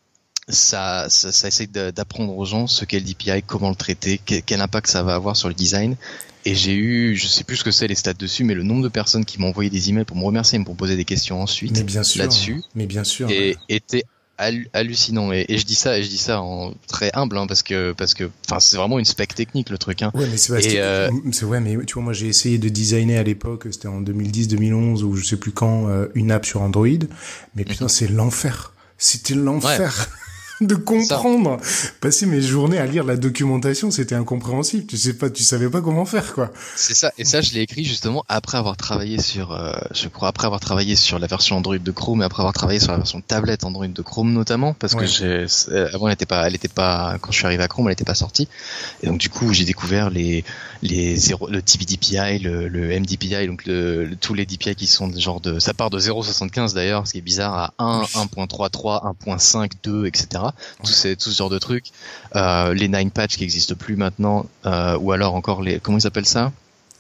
ça, ça, ça essaie de, d'apprendre aux gens ce qu'est le D P I, comment le traiter, quel, quel impact ça va avoir sur le design. Et j'ai eu, je sais plus ce que c'est les stats dessus, mais le nombre de personnes qui m'ont envoyé des emails pour me remercier et me poser des questions ensuite mais bien sûr, là-dessus. Mais bien sûr. Et ouais. était hallucinant et, et je dis ça et je dis ça en très humble hein, parce que parce que enfin c'est vraiment une spec technique le truc hein. Ouais mais c'est, et euh... c'est ouais mais tu vois moi j'ai essayé de designer à l'époque, c'était en deux mille dix deux mille onze ou je sais plus quand, euh, une app sur Android, mais putain mm-hmm. c'est l'enfer. C'était l'enfer. Ouais. De comprendre. Passer mes journées à lire la documentation, c'était incompréhensible. Tu sais pas, tu savais pas comment faire, quoi. C'est ça. Et ça, je l'ai écrit justement après avoir travaillé sur, euh, je crois, après avoir travaillé sur la version Android de Chrome et après avoir travaillé sur la version tablette Android de Chrome notamment, parce ouais. que j'ai, avant elle était pas, elle était pas, quand je suis arrivé à Chrome, elle était pas sortie. Et donc du coup, j'ai découvert les, les zéro, le T B D P I, le, le M D P I, donc le, le, tous les D P I qui sont de genre de, ça part de zéro virgule soixante-quinze d'ailleurs, ce qui est bizarre, à un, un point trois trois, un point cinq, deux, et cetera. Ouais. Tout, ces, tout ce genre de trucs, euh, les nine patch qui existent plus maintenant, euh, ou alors encore les, comment ils appellent ça,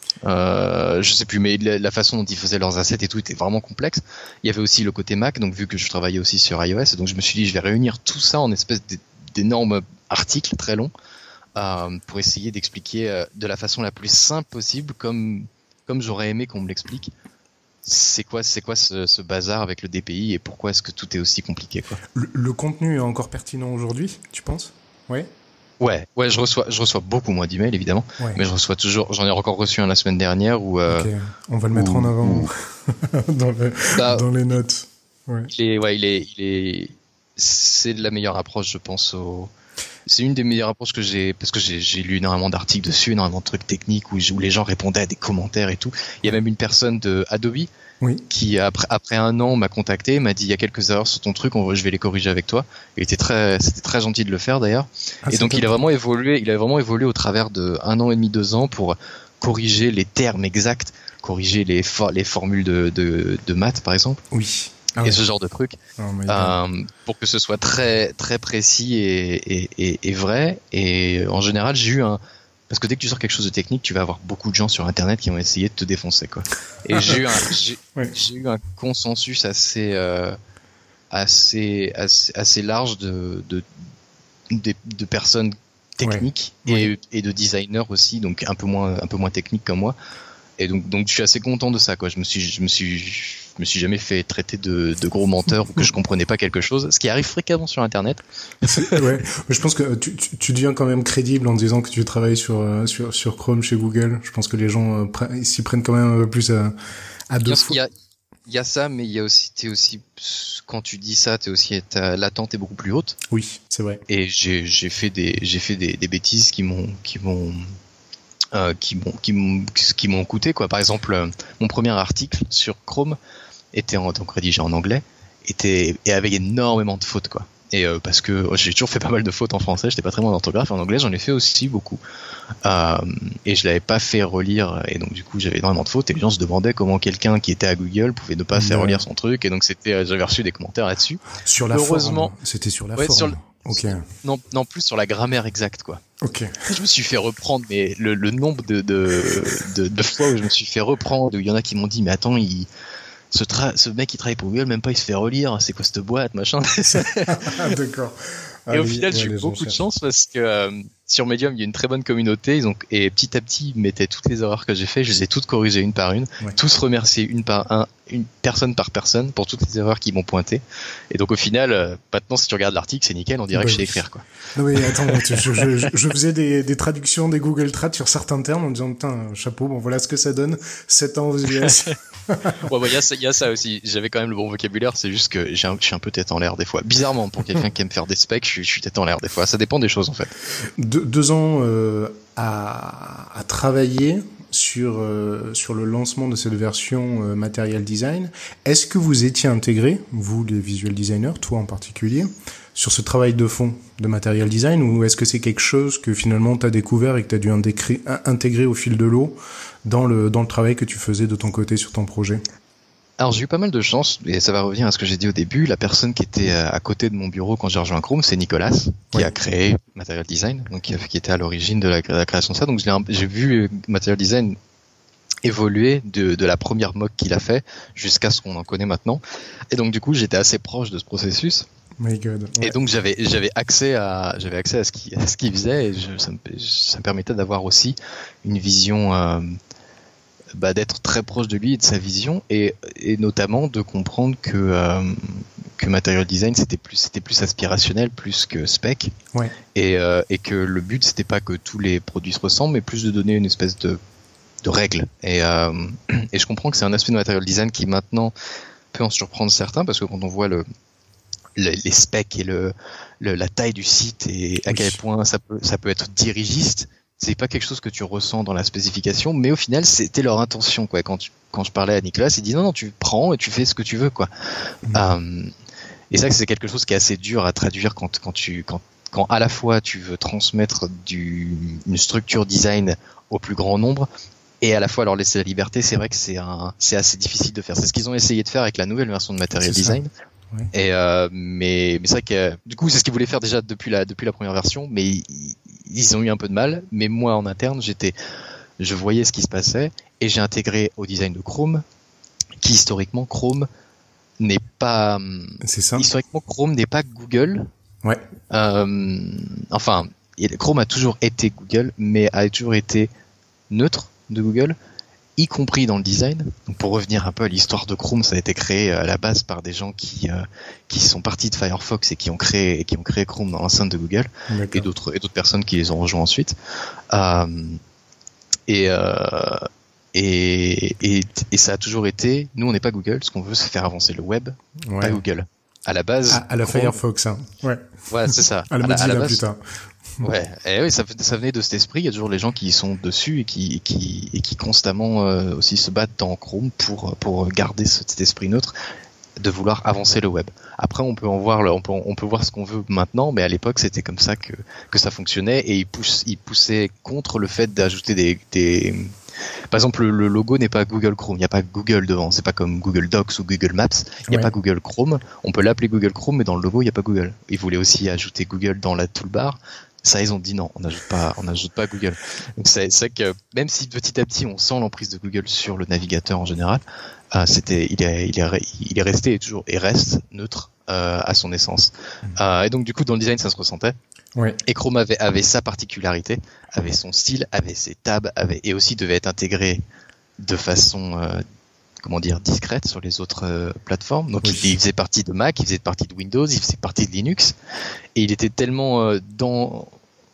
euh, je sais plus, mais la, la façon dont ils faisaient leurs assets et tout était vraiment complexe. Il y avait aussi le côté Mac, donc vu que je travaillais aussi sur iOS, donc je me suis dit je vais réunir tout ça en espèce d'énormes articles très longs euh, pour essayer d'expliquer euh, de la façon la plus simple possible, comme comme j'aurais aimé qu'on me l'explique. C'est quoi, c'est quoi ce, ce bazar avec le D P I et pourquoi est-ce que tout est aussi compliqué quoi. Le, le contenu est encore pertinent aujourd'hui, tu penses? Ouais. Ouais, ouais, je reçois, je reçois beaucoup moins d'emails évidemment, ouais. mais je reçois toujours. J'en ai encore reçu un la semaine dernière où. Euh, okay. On va le mettre où, en avant où... dans, le, bah, dans les notes. Ouais. Il est, ouais, il est, il est. C'est la meilleure approche, je pense. Au... C'est une des meilleures approches que j'ai, parce que j'ai, j'ai lu énormément d'articles dessus, énormément de trucs techniques où, où les gens répondaient à des commentaires et tout. Il y a même une personne de Adobe oui. qui, après, après un an, m'a contacté, m'a dit il y a quelques erreurs sur ton truc, on va, je vais les corriger avec toi. Il était très, c'était très gentil de le faire d'ailleurs. Ah, et donc il a vraiment évolué, il a vraiment évolué au travers de un an et demi, deux ans pour corriger les termes exacts, corriger les, for- les formules de, de, de maths par exemple. Oui. Ah et ouais. ce genre de truc oh euh, pour que ce soit très très précis et, et, et, et vrai. Et en général, j'ai eu un parce que dès que tu sors quelque chose de technique, tu vas avoir beaucoup de gens sur Internet qui vont essayer de te défoncer quoi. Et j'ai eu un j'ai, ouais. j'ai eu un consensus assez euh, assez assez assez large de de de, de personnes techniques ouais. et, ouais. et de designers aussi, donc un peu moins un peu moins techniques comme moi. Et donc donc je suis assez content de ça quoi. Je me suis je me suis me suis jamais fait traiter de, de gros menteur ou que je comprenais pas quelque chose, ce qui arrive fréquemment sur Internet. Ouais, mais je pense que tu, tu, tu deviens quand même crédible en disant que tu travailles sur euh, sur sur Chrome chez Google. Je pense que les gens euh, pre- s'y prennent quand même un peu plus à à deux fois. Il y a, il y a ça, mais il y a aussi, t'es aussi, quand tu dis ça, t'es aussi, ta l'attente est beaucoup plus haute. Oui, c'est vrai. Et j'ai, j'ai fait des, j'ai fait des, des bêtises qui m'ont, qui m'ont, euh, qui m'ont, qui m'ont, qui m'ont coûté, quoi. Par exemple, euh, mon premier article sur Chrome était en, donc rédigé en anglais, était, et avec énormément de fautes, quoi. Et euh, parce que oh, j'ai toujours fait pas mal de fautes en français, j'étais pas très bon en orthographe, et en anglais j'en ai fait aussi beaucoup. Euh, et je l'avais pas fait relire, et donc du coup j'avais énormément de fautes, et les gens se demandaient comment quelqu'un qui était à Google pouvait ne pas faire relire son truc, et donc c'était, euh, j'avais reçu des commentaires là-dessus. Sur la Heureusement, forme. C'était sur la ouais, forme. Sur le, ok. Non, non, plus sur la grammaire exacte, quoi. Ok. Je me suis fait reprendre, mais le, le nombre de, de, de, de fois où je me suis fait reprendre, où il y en a qui m'ont dit, mais attends, il... Ce, tra- ce mec qui travaille pour Google, même pas il se fait relire, c'est quoi cette boîte, machin. D'accord. Et au final, j'ai eu beaucoup de chance parce que euh, sur Medium, il y a une très bonne communauté. Ils ont, et petit à petit, ils mettaient toutes les erreurs que j'ai fait. Je les ai toutes corrigées une par une. Ouais. Tous remerciés une par un, une personne par personne pour toutes les erreurs qu'ils m'ont pointées. Et donc au final, euh, maintenant, si tu regardes l'article, c'est nickel. On dirait bah, que je sais écrire, quoi. Non mais attends, je, je, je, je faisais des, des traductions des Google Trad sur certains termes en disant putain, chapeau. Bon, voilà ce que ça donne. sept ans aux U S. Ouais, bah, y a ça, y a ça aussi. J'avais quand même le bon vocabulaire. C'est juste que j'ai un, je suis un peu tête en l'air des fois. Bizarrement, pour quelqu'un qui aime faire des specs, je suis, je suis tête en l'air des fois. Ça dépend des choses, en fait. De, deux ans euh, à, à travailler sur euh, sur le lancement de cette version euh, Material Design. Est-ce que vous étiez intégrés, vous les visual designers, toi en particulier, sur ce travail de fond de Material Design, ou est-ce que c'est quelque chose que finalement tu as découvert et que tu as dû indécri- intégrer au fil de l'eau dans le dans le travail que tu faisais de ton côté sur ton projet? Alors j'ai eu pas mal de chance, et ça va revenir à ce que j'ai dit au début. La personne qui était à côté de mon bureau quand j'ai rejoint Chrome, c'est Nicolas, qui oui. a créé Material Design, donc qui, a, qui était à l'origine de la, de la création de ça. Donc je l'ai, j'ai vu Material Design évoluer de, de la première mock qu'il a fait jusqu'à ce qu'on en connaît maintenant. Et donc du coup j'étais assez proche de ce processus. My God. Ouais. Et donc j'avais j'avais accès à j'avais accès à ce qu'il à ce qu'il faisait, et je, ça, me, ça me permettait d'avoir aussi une vision. Euh, Bah, d'être très proche de lui et de sa vision, et, et notamment de comprendre que euh, que Material Design c'était plus c'était plus aspirationnel plus que spec, ouais. et euh, et que le but c'était pas que tous les produits se ressemblent, mais plus de donner une espèce de de règle. Et euh, et je comprends que c'est un aspect de Material Design qui maintenant peut en surprendre certains, parce que quand on voit le Le, les specs et le, le la taille du site et à oui. quel point ça peut ça peut être dirigiste, c'est pas quelque chose que tu ressens dans la spécification, mais au final c'était leur intention, quoi. Quand tu, quand je parlais à Nicolas, il dit non non, tu prends et tu fais ce que tu veux, quoi. Mmh. Um, et ça, c'est quelque chose qui est assez dur à traduire quand quand tu quand quand à la fois tu veux transmettre du une structure design au plus grand nombre, et à la fois leur laisser la liberté. C'est vrai que c'est un c'est assez difficile de faire. C'est ce qu'ils ont essayé de faire avec la nouvelle version de Material Design. Ouais. Et euh, mais mais c'est vrai que du coup c'est ce qu'ils voulaient faire déjà depuis la depuis la première version, mais ils, ils ont eu un peu de mal. Mais moi en interne j'étais je voyais ce qui se passait, et j'ai intégré au design de Chrome, qui historiquement Chrome n'est pas c'est ça. historiquement Chrome n'est pas Google. Ouais. Euh, enfin Chrome a toujours été Google, mais a toujours été neutre de Google, y compris dans le design. Donc pour revenir un peu à l'histoire de Chrome, ça a été créé à la base par des gens qui euh, qui sont partis de Firefox et qui ont créé qui ont créé Chrome dans l'enceinte de Google. D'accord. et d'autres et d'autres personnes qui les ont rejoints ensuite. Euh, et, euh, et et et ça a toujours été, nous on n'est pas Google, ce qu'on veut c'est faire avancer le web, ouais. pas Google. À la base, à, à la Chrome, Firefox, hein. Ouais. Ouais, c'est ça. à, à la, à la base, plus tard. Ouais, et oui, ça, ça venait de cet esprit. Il y a toujours les gens qui sont dessus et qui, qui, et qui constamment euh, aussi se battent dans Chrome pour, pour garder cet esprit neutre de vouloir avancer le web. Après, on peut en voir, on peut, on peut voir ce qu'on veut maintenant, mais à l'époque, c'était comme ça que, que ça fonctionnait, et ils poussent, ils poussaient contre le fait d'ajouter des, des, par exemple, le logo n'est pas Google Chrome, il n'y a pas Google devant, c'est pas comme Google Docs ou Google Maps, il n'y a ouais. pas Google Chrome, on peut l'appeler Google Chrome, mais dans le logo, il n'y a pas Google. Ils voulaient aussi ajouter Google dans la toolbar. Ça, ils ont dit non, on n'ajoute pas, on n'ajoute pas Google. Donc c'est, c'est que même si petit à petit on sent l'emprise de Google sur le navigateur en général, euh, c'était, il est, il est, il est resté et toujours et reste neutre euh, à son essence. Mmh. Euh, et donc du coup dans le design ça se ressentait. Ouais. Et Chrome avait, avait sa particularité, avait son style, avait ses tabs, avait et aussi devait être intégré de façon euh, comment dire, discrète sur les autres euh, plateformes. Donc oui. il, il faisait partie de Mac, il faisait partie de Windows, il faisait partie de Linux, et il était tellement euh, dans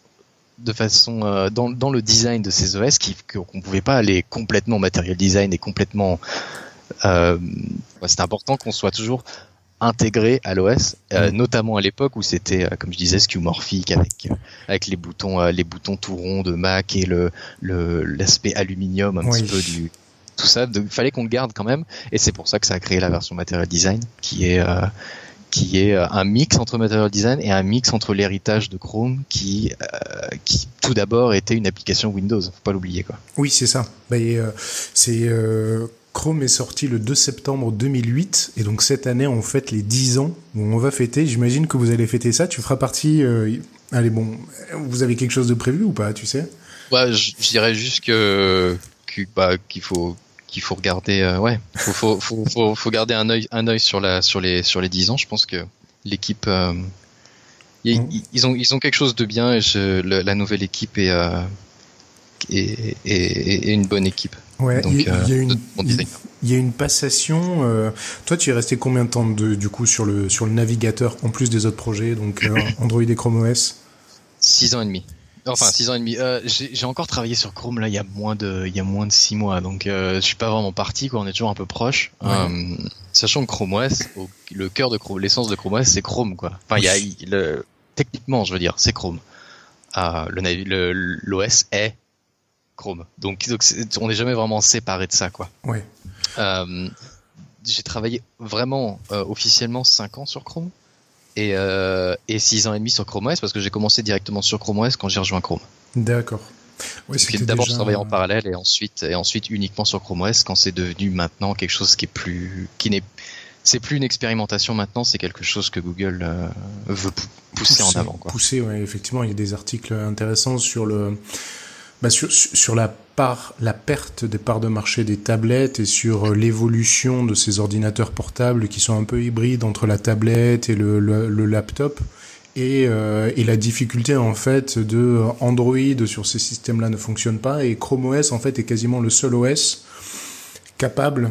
de façon euh, dans, dans le design de ces O S qu'on ne pouvait pas aller complètement material design et complètement euh, c'est important qu'on soit toujours intégré à l'O S, euh, mmh. notamment à l'époque où c'était, euh, comme je disais, skeuomorphique avec euh, avec les boutons euh, les boutons tout ronds de Mac et le le l'aspect aluminium un oui. petit peu du tout ça. Donc il fallait qu'on le garde quand même, et c'est pour ça que ça a créé la version Material Design, qui est euh, qui est un mix entre Material Design et un mix entre l'héritage de Chrome, qui euh, qui tout d'abord était une application Windows, faut pas l'oublier quoi. Oui, c'est ça. Bah, et, euh, c'est euh... Chrome est sorti le deux septembre deux mille huit, et donc cette année on fête les dix ans où on va fêter. J'imagine que vous allez fêter ça. Tu feras partie. Euh... Allez, bon, vous avez quelque chose de prévu ou pas, tu sais? Ouais, je, je dirais juste que, que bah, qu'il faut qu'il faut regarder. Euh, ouais, faut faut, faut faut faut garder un œil un œil sur la sur les sur les dix ans. Je pense que l'équipe euh, ils, mmh. ils ont ils ont quelque chose de bien, et je, le, la nouvelle équipe est, euh, est, est est une bonne équipe. Ouais, donc, il y, euh, y a une il y a une passation. Euh, toi, tu es resté combien de temps de, du coup sur le sur le navigateur en plus des autres projets, donc euh, Android et Chrome O S? Six ans et demi. Enfin, six ans et demi. Euh, j'ai, j'ai encore travaillé sur Chrome là il y a moins de il y a moins de six mois, donc euh, je suis pas vraiment parti quoi. On est toujours un peu proche. Ouais. Euh, sachant que Chrome O S, au, le cœur de Chrome, l'essence de Chrome O S, c'est Chrome quoi. Enfin, il y a le techniquement, je veux dire, c'est Chrome. Euh, le, le l'O S est Chrome. Donc, donc on n'est jamais vraiment séparé de ça, quoi. Ouais. Euh, j'ai travaillé vraiment euh, officiellement cinq ans sur Chrome et euh, et six ans et demi sur Chrome O S, parce que j'ai commencé directement sur Chrome O S quand j'ai rejoint Chrome. D'accord. Ouais, c'était d'abord déjà... je travaillais en parallèle et ensuite et ensuite uniquement sur Chrome O S quand c'est devenu maintenant quelque chose qui est plus qui n'est c'est plus une expérimentation maintenant, c'est quelque chose que Google euh, veut pousser, pousser en avant, quoi. Pousser, ouais, effectivement, il y a des articles intéressants sur le Bah sur, sur la part, la perte des parts de marché des tablettes, et sur l'évolution de ces ordinateurs portables qui sont un peu hybrides entre la tablette et le, le, le laptop, et, euh, et la difficulté en fait de Android sur ces systèmes-là ne fonctionne pas, et Chrome O S en fait est quasiment le seul O S capable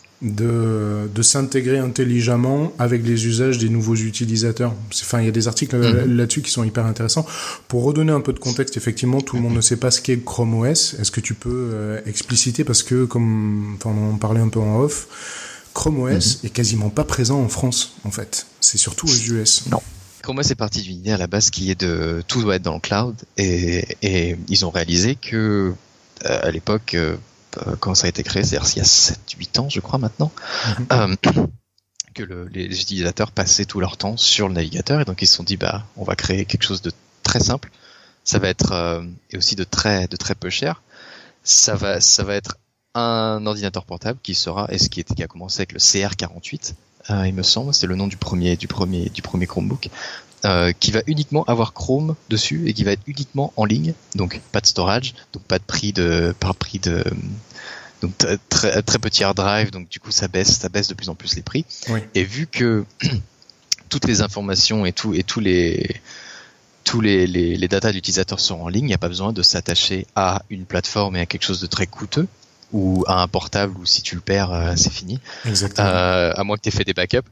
de de s'intégrer intelligemment avec les usages des nouveaux utilisateurs. Enfin, il y a des articles mmh. là-dessus qui sont hyper intéressants. Pour redonner un peu de contexte, effectivement, tout le monde ne sait pas ce qu'est Chrome O S. Est-ce que tu peux euh, expliciter, parce que comme enfin, on en parlait un peu en off, Chrome O S mmh. est quasiment pas présent en France, en fait. C'est surtout aux U S. Non. Chrome O S est parti d'une idée à la base qui est de tout doit être dans le cloud, et et ils ont réalisé que euh, à l'époque euh, quand ça a été créé, c'est-à-dire il y a sept huit ans, je crois maintenant, mm-hmm. euh, que le, les utilisateurs passaient tout leur temps sur le navigateur, et donc ils se sont dit bah on va créer quelque chose de très simple, ça va être euh, et aussi de très de très peu cher, ça va ça va être un ordinateur portable qui sera, et ce qui était qui a commencé avec le C R quarante-huit, euh, il me semble, c'est le nom du premier du premier du premier Chromebook. Euh, qui va uniquement avoir Chrome dessus et qui va être uniquement en ligne, donc pas de storage, donc pas de prix de pas de prix de donc t- très très petit hard drive, donc du coup ça baisse ça baisse de plus en plus les prix. Oui. Et vu que toutes les informations et tout et tous les tous les les, les datas de l'utilisateur sont en ligne, il n'y a pas besoin de s'attacher à une plateforme et à quelque chose de très coûteux, ou à un portable où si tu le perds euh, c'est fini. Exactement. Euh, à moins que tu aies fait des backups.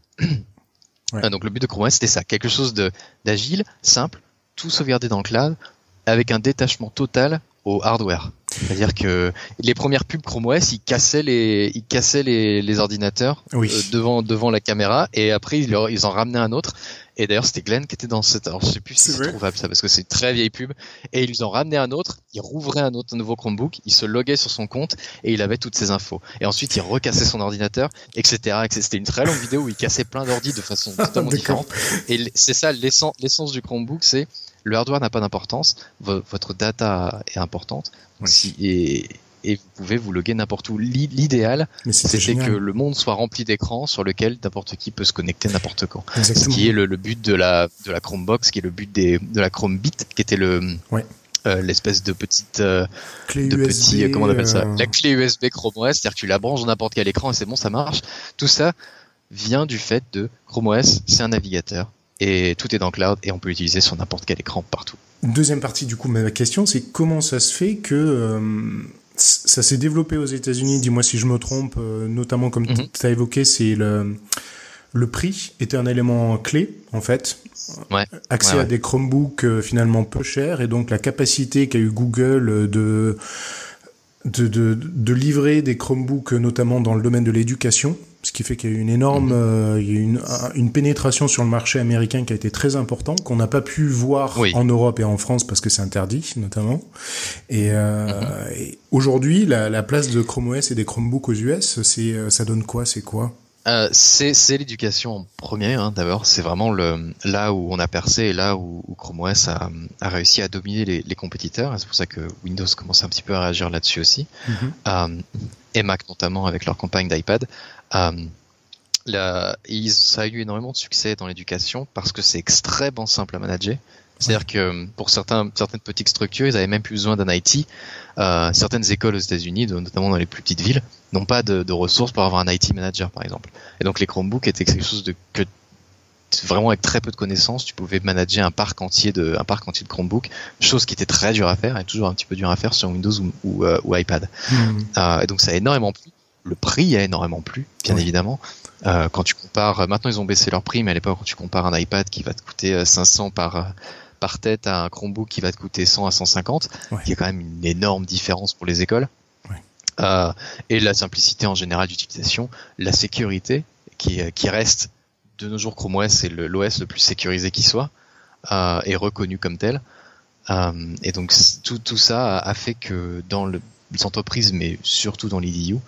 Ouais. Donc le but de Chrome O S c'était ça, quelque chose de d'agile, simple, tout sauvegardé dans le cloud, avec un détachement total au hardware. C'est-à-dire que les premières pubs Chrome O S, ils cassaient les ils cassaient les, les ordinateurs oui. euh, devant devant la caméra, et après ils, leur, ils en ramenaient un autre. Et d'ailleurs c'était Glenn qui était dans cette, alors je sais plus si c'est, c'est trouvable ça, parce que c'est une très vieille pub, et ils en ramenaient un autre, il rouvrait un autre un nouveau Chromebook, il se loguait sur son compte et il avait toutes ses infos, et ensuite il recassait son ordinateur, etc., etc. C'était une très longue vidéo où il cassait plein d'ordi de façon totalement différente, et c'est ça l'essence, l'essence du Chromebook, c'est le hardware n'a pas d'importance, v- votre data est importante, oui. si, et et vous pouvez vous loguer n'importe où. L'idéal, c'était génial. Que le monde soit rempli d'écrans sur lequel n'importe qui peut se connecter n'importe quand. Exactement. Ce qui est le, le but de la de la Chromebox, qui est le but des de la Chromebit, qui était le ouais. euh, l'espèce de petite euh, clé de U S B, petit comment on appelle ça, euh... la clé U S B Chrome O S, c'est-à-dire que tu la branches dans n'importe quel écran et c'est bon, ça marche. Tout ça vient du fait de Chrome O S, c'est un navigateur et tout est dans le cloud et on peut l'utiliser sur n'importe quel écran partout. Deuxième partie du coup, ma question, c'est comment ça se fait que euh... ça s'est développé aux États-Unis, dis-moi si je me trompe, euh, notamment comme mm-hmm. tu as évoqué, c'est le, le prix était un élément clé, en fait. Ouais. Accès ouais, ouais. à des Chromebooks euh, finalement peu chers, et donc la capacité qu'a eu Google de, de, de, de livrer des Chromebooks, notamment dans le domaine de l'éducation, ce qui fait qu'il y a eu une énorme, mm-hmm. euh, il y a eu une, une pénétration sur le marché américain qui a été très importante, qu'on n'a pas pu voir oui. en Europe et en France parce que c'est interdit, notamment. Et, euh, mm-hmm. et aujourd'hui, la, la place de Chrome O S et des Chromebooks aux U S, c'est, ça donne quoi, c'est quoi? Euh, c'est, c'est l'éducation en premier, hein, d'abord. C'est vraiment le, là où on a percé et là où, où Chrome O S a, a réussi à dominer les, les compétiteurs. Et c'est pour ça que Windows commence un petit peu à réagir là-dessus aussi. Mm-hmm. Euh, et Mac notamment avec leur campagne d'iPad. Euh, la, ils, ça a eu énormément de succès dans l'éducation parce que c'est extrêmement simple à manager. C'est-à-dire que pour certains, certaines petites structures, ils avaient même plus besoin d'un I T. Euh, certaines écoles aux États-Unis, notamment dans les plus petites villes, n'ont pas de, de ressources pour avoir un I T manager, par exemple. Et donc les Chromebooks étaient quelque chose de que vraiment avec très peu de connaissances, tu pouvais manager un parc entier de, un parc entier de Chromebooks, chose qui était très dure à faire et toujours un petit peu dur à faire sur Windows ou, ou, euh, ou iPad. Mmh. Euh, et donc ça a énormément plu. Le prix a énormément plu, bien oui. évidemment. Euh, quand tu compares, maintenant ils ont baissé leur prix, mais à l'époque quand tu compares un iPad qui va te coûter cinq cents par par tête à un Chromebook qui va te coûter cent à cent cinquante, ouais. il y a quand même une énorme différence pour les écoles. Ouais. Euh, et la simplicité en général d'utilisation, la sécurité qui qui reste de nos jours. Chrome O S c'est le, l'O S le plus sécurisé qui soit, euh, et reconnu comme tel. Euh, et donc tout tout ça a fait que dans le, les entreprises, mais surtout dans l'E D U,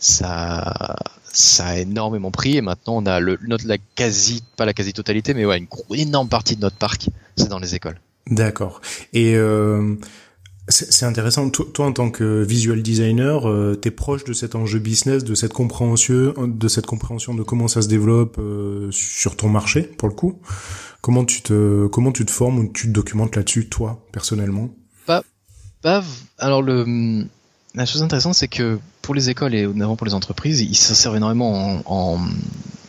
ça ça a énormément pris et maintenant on a le notre la quasi pas la quasi totalité mais ouais une, une énorme partie de notre parc c'est dans les écoles. D'accord. Et euh, c'est, c'est intéressant. Toi, toi en tant que visual designer, euh, t'es proche de cet enjeu business, de cette compréhension, de cette compréhension de comment ça se développe euh, sur ton marché pour le coup. Comment tu te comment tu te formes ou tu te documentes là-dessus toi personnellement? Pas pas alors le La chose intéressante, c'est que pour les écoles et notamment pour les entreprises, ils s'en servent énormément en, en,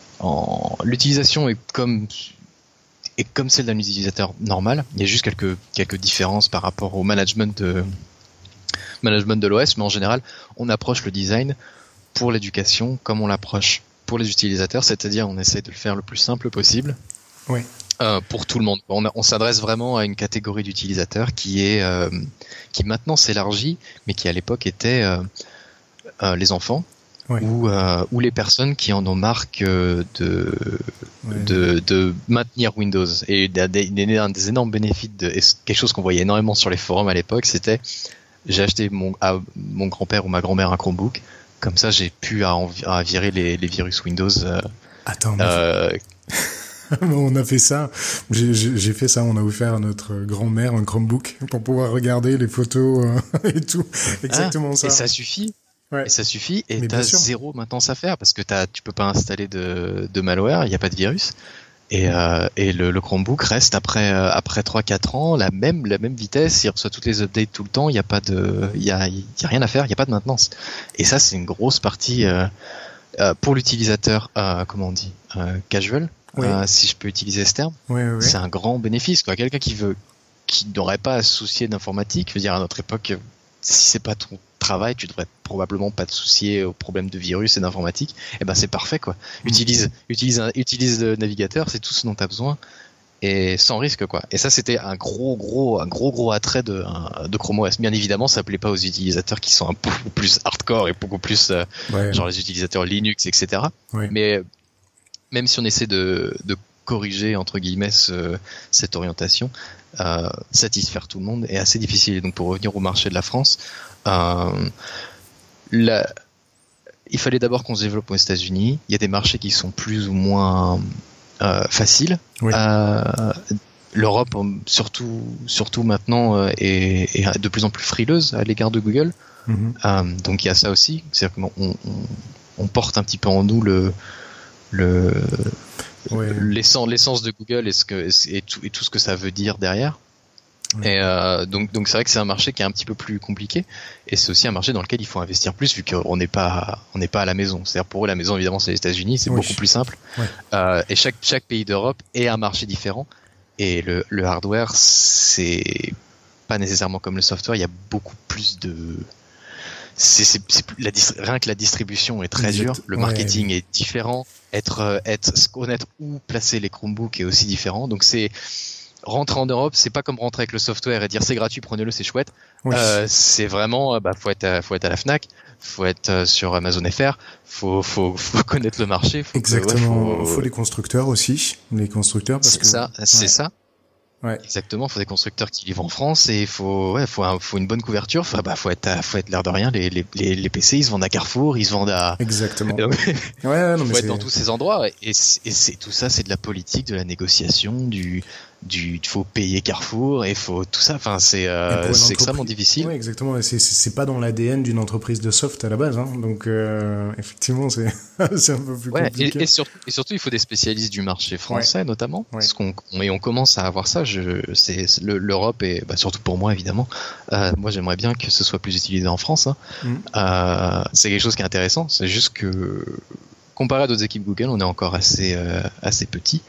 en l'utilisation est comme est comme celle d'un utilisateur normal. Il y a juste quelques quelques différences par rapport au management de management de l'O S, mais en général, on approche le design pour l'éducation comme on l'approche pour les utilisateurs, c'est-à-dire on essaie de le faire le plus simple possible. Oui. Euh, pour tout le monde. On, a, on s'adresse vraiment à une catégorie d'utilisateurs qui est euh, qui maintenant s'élargit, mais qui à l'époque était euh, euh, les enfants ouais. ou euh, ou les personnes qui en ont marre que de ouais. de de maintenir Windows. Et un des, un des énormes bénéfices de et quelque chose qu'on voyait énormément sur les forums à l'époque, c'était j'ai acheté mon à mon grand-père ou ma grand-mère un Chromebook, comme ça j'ai pu à, à virer les, les virus Windows. Euh, Attends. Euh, On a fait ça. J'ai, j'ai fait ça. On a offert à notre grand-mère un Chromebook pour pouvoir regarder les photos euh, et tout. Exactement ah, ça. Et ça suffit. Ouais. Et ça suffit. Et mais t'as zéro maintenance à faire parce que t'as, tu peux pas installer de, de malware. Il y a pas de virus. Et, euh, et le, le Chromebook reste après euh, après trois quatre ans la même la même vitesse. Il reçoit toutes les updates tout le temps. Il y a pas de, il y a, il y a rien à faire. Il y a pas de maintenance. Et ça, c'est une grosse partie euh, euh, pour l'utilisateur. Euh, comment on dit, euh, casual. Oui. Euh, si je peux utiliser ce terme, oui, oui, oui. c'est un grand bénéfice, quoi. Quelqu'un qui veut, qui n'aurait pas à se soucier d'informatique, je veux dire à notre époque, si c'est pas ton travail, tu devrais probablement pas te soucier aux problèmes de virus et d'informatique. Et ben c'est parfait, quoi. Mmh. Utilise, utilise, un, utilise le navigateur, c'est tout ce dont t'as besoin et sans risque, quoi. Et ça, c'était un gros, gros, un gros, gros attrait de, de Chrome O S. Bien évidemment, ça plaît pas aux utilisateurs qui sont un peu plus hardcore et beaucoup plus, euh, ouais. genre les utilisateurs Linux, et cetera. Ouais. Mais même si on essaie de, de corriger entre guillemets ce, cette orientation, euh, satisfaire tout le monde est assez difficile. Et donc pour revenir au marché de la France, euh, la, il fallait d'abord qu'on se développe aux États-Unis. Il y a des marchés qui sont plus ou moins euh, faciles. Oui. Euh, L'Europe, surtout, surtout maintenant, euh, est, est de plus en plus frileuse à l'égard de Google. Mm-hmm. Euh, donc il y a ça aussi. C'est-à-dire qu'on on, on porte un petit peu en nous le le ouais. l'essence, l'essence de Google et ce que et tout, et tout ce que ça veut dire derrière. Ouais. Et euh, donc donc c'est vrai que c'est un marché qui est un petit peu plus compliqué et c'est aussi un marché dans lequel il faut investir plus vu qu'on n'est pas on n'est pas à la maison. C'est-à-dire pour eux la maison évidemment c'est les États-Unis, c'est oui. beaucoup plus simple. Ouais. Euh, et chaque chaque pays d'Europe est un marché différent et le le hardware c'est pas nécessairement comme le software, il y a beaucoup plus de c'est, c'est, c'est la rien que la distribution est très dure, le marketing ouais. est différent, être être connaître où placer les Chromebooks est aussi différent. Donc c'est rentrer en Europe, c'est pas comme rentrer avec le software et dire c'est gratuit, prenez-le, c'est chouette. Oui. Euh, c'est vraiment, bah, faut être, à, faut être à la Fnac, faut être sur Amazon F R, faut, faut, faut connaître le marché. Faut Exactement. Que, ouais, faut... faut les constructeurs aussi, les constructeurs. Parce c'est que... ça, c'est ouais. ça. Ouais. Exactement. Faut des constructeurs qui livrent en France et il faut, ouais, faut, un, faut une bonne couverture. Faut, bah, faut être, à, faut être l'air de rien. Les, les, les, les P C, ils se vendent à Carrefour, ils se vendent à. Exactement. Donc, ouais, non, mais faut c'est... être dans tous ces endroits et, et c'est tout ça, c'est de la politique, de la négociation, du. Du, faut payer Carrefour et faut tout ça. Enfin, c'est euh, c'est extrêmement difficile. Oui, exactement. C'est c'est pas dans l'A D N d'une entreprise de soft à la base, hein. Donc euh, effectivement, c'est c'est un peu plus ouais, compliqué. Et, et, surtout, et surtout, il faut des spécialistes du marché français, ouais. notamment, ouais. parce qu'on et on commence à avoir ça. Je, c'est l'Europe et bah, surtout pour moi évidemment. Euh, moi, j'aimerais bien que ce soit plus utilisé en France. Hein. Mm. Euh, c'est quelque chose qui est intéressant. C'est juste que comparé à d'autres équipes Google, on est encore assez euh, assez petit.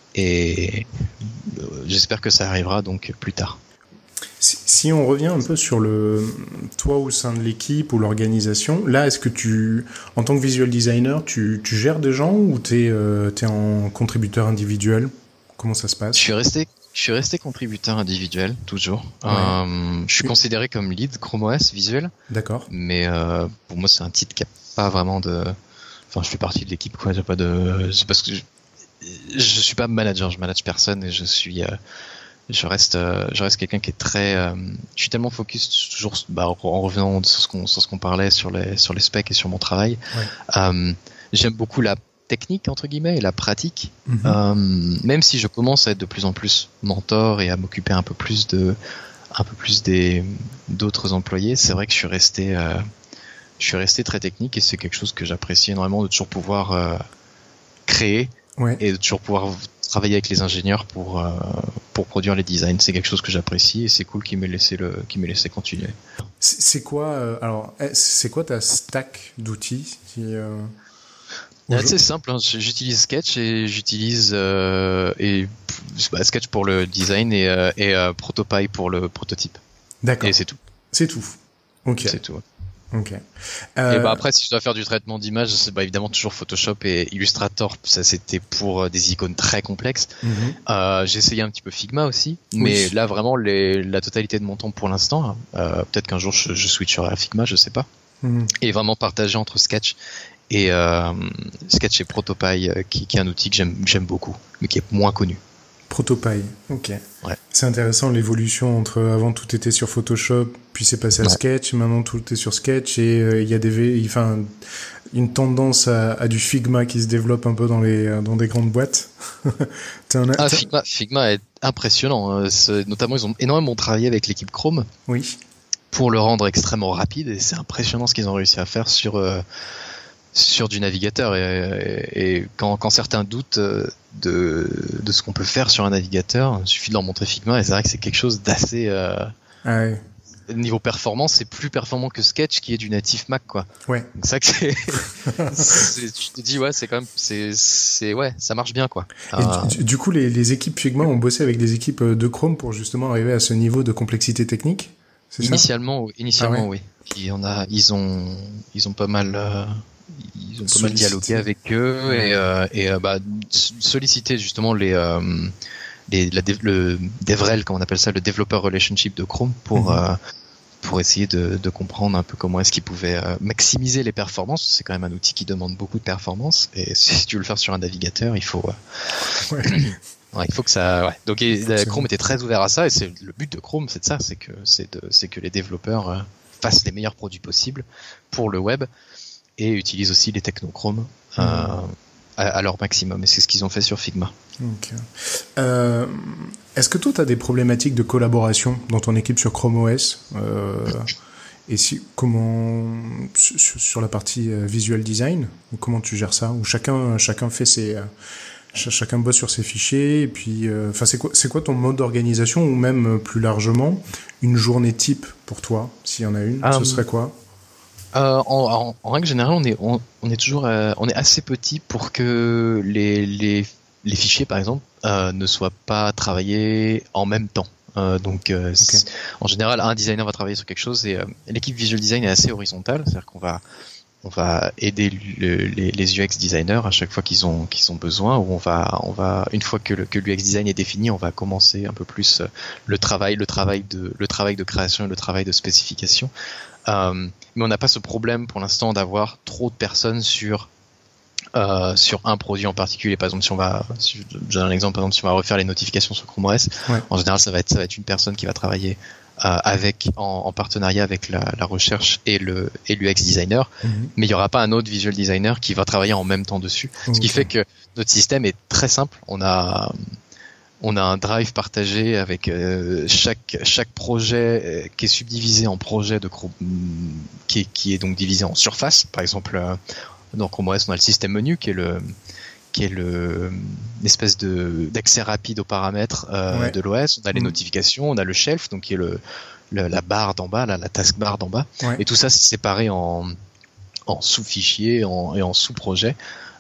Et j'espère que ça arrivera donc plus tard. Si, si on revient un peu sur le toi au sein de l'équipe ou l'organisation, là est-ce que tu, en tant que visual designer, tu, tu gères des gens ou t'es euh, t'es en contributeur individuel? Comment ça se passe? Je suis resté je suis resté contributeur individuel toujours. Ouais. Euh, je suis considéré comme lead Chrome O S visuel. D'accord. Mais euh, pour moi c'est un titre qui a pas vraiment de. Enfin je fais partie de l'équipe quoi. J'ai pas de. C'est parce que je... je suis pas manager, je manage personne et je suis, euh, je reste, euh, je reste quelqu'un qui est très, euh, je suis tellement focus toujours, bah, en revenant sur ce qu'on, sur ce qu'on parlait sur les, sur les specs et sur mon travail. Ouais. Euh, j'aime beaucoup la technique entre guillemets et la pratique, mm-hmm. euh, même si je commence à être de plus en plus mentor et à m'occuper un peu plus de, un peu plus des, d'autres employés. C'est vrai que je suis resté, euh, je suis resté très technique et c'est quelque chose que j'apprécie énormément de toujours pouvoir euh, créer. Ouais. Et de toujours pouvoir travailler avec les ingénieurs pour euh, pour produire les designs, c'est quelque chose que j'apprécie et c'est cool qu'ils m'aient laissé le qu'ils m'aient laissé continuer. C'est quoi euh, alors c'est quoi ta stack d'outils si, euh, c'est simple, hein, j'utilise Sketch et j'utilise euh, et bah, Sketch pour le design et euh, et euh, Protopie pour le prototype. D'accord. Et c'est tout. C'est tout. Ok. C'est tout. Ouais. Ok. Euh... Et bah après, si je dois faire du traitement d'image, c'est bah évidemment toujours Photoshop et Illustrator. Ça c'était pour des icônes très complexes. Mm-hmm. Euh, j'ai essayé un petit peu Figma aussi, oui. mais là vraiment les, la totalité de mon temps pour l'instant. Euh, peut-être qu'un jour je, je switcherai à Figma, je sais pas. Mm-hmm. Et vraiment partagé entre Sketch et euh, Sketch et Protopie, qui, qui est un outil que j'aime j'aime beaucoup, mais qui est moins connu. Protopie, ok. Ouais. C'est intéressant l'évolution entre avant tout était sur Photoshop, puis c'est passé à ouais. Sketch, maintenant tout est sur Sketch et il euh, y a des, enfin, une tendance à, à du Figma qui se développe un peu dans les dans des grandes boîtes. un, ah, Figma, Figma est impressionnant. C'est, notamment, ils ont énormément travaillé avec l'équipe Chrome. Oui. Pour le rendre extrêmement rapide et c'est impressionnant ce qu'ils ont réussi à faire sur. Euh, sur du navigateur et, et, et quand, quand certains doutent de, de ce qu'on peut faire sur un navigateur, il suffit de leur montrer Figma et c'est vrai que c'est quelque chose d'assez euh, ah ouais. Niveau performance, c'est plus performant que Sketch qui est du natif Mac quoi. Ouais. C'est ça que c'est, c'est tu te dis ouais, c'est quand même c'est c'est ouais, ça marche bien quoi. Et euh... du, du coup les les équipes Figma ont bossé avec des équipes de Chrome pour justement arriver à ce niveau de complexité technique. C'est initialement, ça initialement ah ouais. oui. Puis on a ils ont ils ont pas mal euh... ils ont pas mal dialogué avec eux et, euh, et euh, bah, sollicité justement les, euh, les la, le DevRel, comme on appelle ça, le Developer Relationship de Chrome pour mm-hmm. euh, pour essayer de, de comprendre un peu comment est-ce qu'ils pouvaient euh, maximiser les performances. C'est quand même un outil qui demande beaucoup de performance et si tu veux le faire sur un navigateur, il faut euh, ouais. ouais, il faut que ça. Ouais. Donc et, Chrome était très ouvert à ça et c'est le but de Chrome, c'est de ça, c'est que c'est de c'est que les développeurs euh, fassent les meilleurs produits possibles pour le web. Et utilisent aussi les technochromes euh, mmh. à, à leur maximum. Et c'est ce qu'ils ont fait sur Figma. Okay. Euh, est-ce que toi, tu as des problématiques de collaboration dans ton équipe sur Chrome O S euh, et si, comment, sur, sur la partie visual design, comment tu gères ça? Ou chacun, chacun fait ses... Chacun bosse sur ses fichiers et puis, enfin, euh, c'est quoi, c'est quoi ton mode d'organisation ou même plus largement une journée type pour toi, s'il y en a une, um... ce serait quoi? Euh, en, en, en règle générale, on est, on, on est toujours, euh, on est assez petit pour que les, les, les fichiers, par exemple, euh, ne soient pas travaillés en même temps. Euh, donc, euh, okay. En général, un designer va travailler sur quelque chose et euh, l'équipe visual design est assez horizontale, c'est-à-dire qu'on va on va aider le, les, les U X designers à chaque fois qu'ils ont qu'ils ont besoin, ou on va on va une fois que le que l'U X design est défini, on va commencer un peu plus le travail le travail de le travail de création et le travail de spécification. Euh, mais on n'a pas ce problème pour l'instant d'avoir trop de personnes sur Euh, sur un produit en particulier. Par exemple, si on va, si je donne un exemple, par exemple, si on va refaire les notifications sur Chrome O S, ouais. En général, ça va être, ça va être une personne qui va travailler euh, avec, en, en partenariat avec la, la recherche et le, et l'U X designer, mm-hmm. Mais il y aura pas un autre visual designer qui va travailler en même temps dessus. Okay. Ce qui fait que notre système est très simple. On a, on a un drive partagé avec euh, chaque chaque projet qui est subdivisé en projets de Chrome, qui est, qui est donc divisé en surface. Par exemple, euh, dans Chrome O S, on a le système menu qui est le qui est le une espèce de d'accès rapide aux paramètres euh, ouais. de l'O S. On a les mmh. notifications, on a le shelf, donc qui est le, le la barre d'en bas, là, la taskbar d'en bas. Ouais. Et tout ça c'est séparé en en sous-fichiers en, et en sous-projets.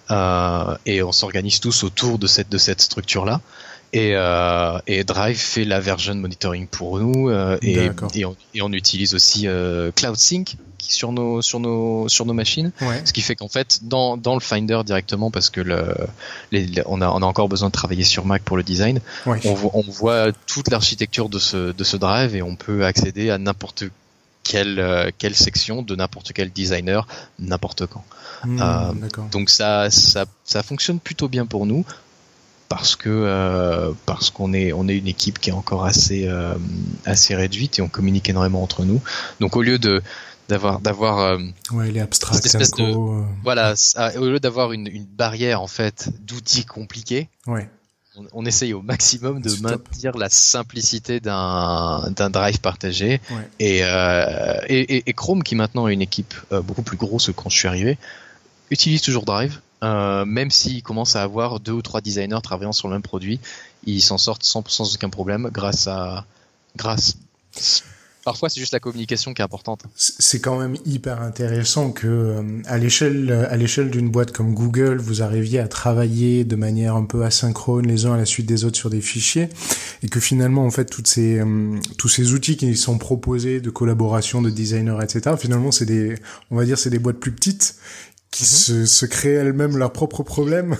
Euh, et on s'organise tous autour de cette de cette structure là. Et, euh, et Drive fait la version monitoring pour nous euh, et, et, on, et on utilise aussi euh, CloudSync sur nos sur nos sur nos machines, ouais. Ce qui fait qu'en fait dans dans le Finder directement, parce que le les, les, on a on a encore besoin de travailler sur Mac pour le design, ouais. on, on voit toute l'architecture de ce de ce drive et on peut accéder à n'importe quelle euh, quelle section de n'importe quel designer n'importe quand. Mmh, euh, donc ça ça ça fonctionne plutôt bien pour nous. Parce que euh, parce qu'on est on est une équipe qui est encore assez euh, assez réduite et on communique énormément entre nous. Donc au lieu de d'avoir d'avoir euh, ouais les abstracts cette espèce de euh... voilà ça, au lieu d'avoir une une barrière en fait d'outils compliqués, ouais. on, on essaye au maximum de C'est maintenir top. La simplicité d'un d'un drive partagé, ouais. et, euh, et, et et Chrome qui maintenant a une équipe euh, beaucoup plus grosse que quand je suis arrivé utilise toujours Drive. Euh, même s'ils commencent à avoir deux ou trois designers travaillant sur le même produit, ils s'en sortent sans, sans aucun problème grâce à, grâce, parfois c'est juste la communication qui est importante. C'est quand même hyper intéressant que, à l'échelle, à l'échelle d'une boîte comme Google, vous arriviez à travailler de manière un peu asynchrone les uns à la suite des autres sur des fichiers, et que finalement, en fait, toutes ces, euh, tous ces outils qui sont proposés de collaboration, de designers, et cetera, finalement, c'est des, on va dire, c'est des boîtes plus petites, qui mmh. se, se créent elles-mêmes leurs propres problèmes.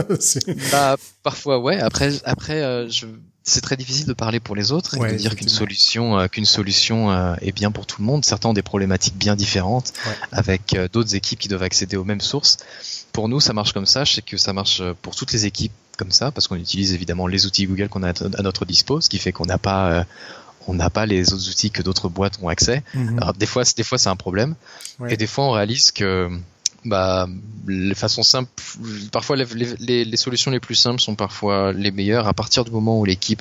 Bah, parfois, ouais. Après, après, euh, je, c'est très difficile de parler pour les autres et ouais, de dire qu'une solution, euh, qu'une solution euh, est bien pour tout le monde. Certains ont des problématiques bien différentes, ouais. avec euh, d'autres équipes qui doivent accéder aux mêmes sources. Pour nous, ça marche comme ça. Je sais que ça marche pour toutes les équipes comme ça, parce qu'on utilise évidemment les outils Google qu'on a à notre dispo, ce qui fait qu'on n'a pas, euh, on n'a pas les autres outils que d'autres boîtes ont accès. Mmh. Alors des fois, des fois, c'est un problème, ouais. Et des fois, on réalise que bah les façons simples, parfois les, les, les solutions les plus simples sont parfois les meilleures à partir du moment où l'équipe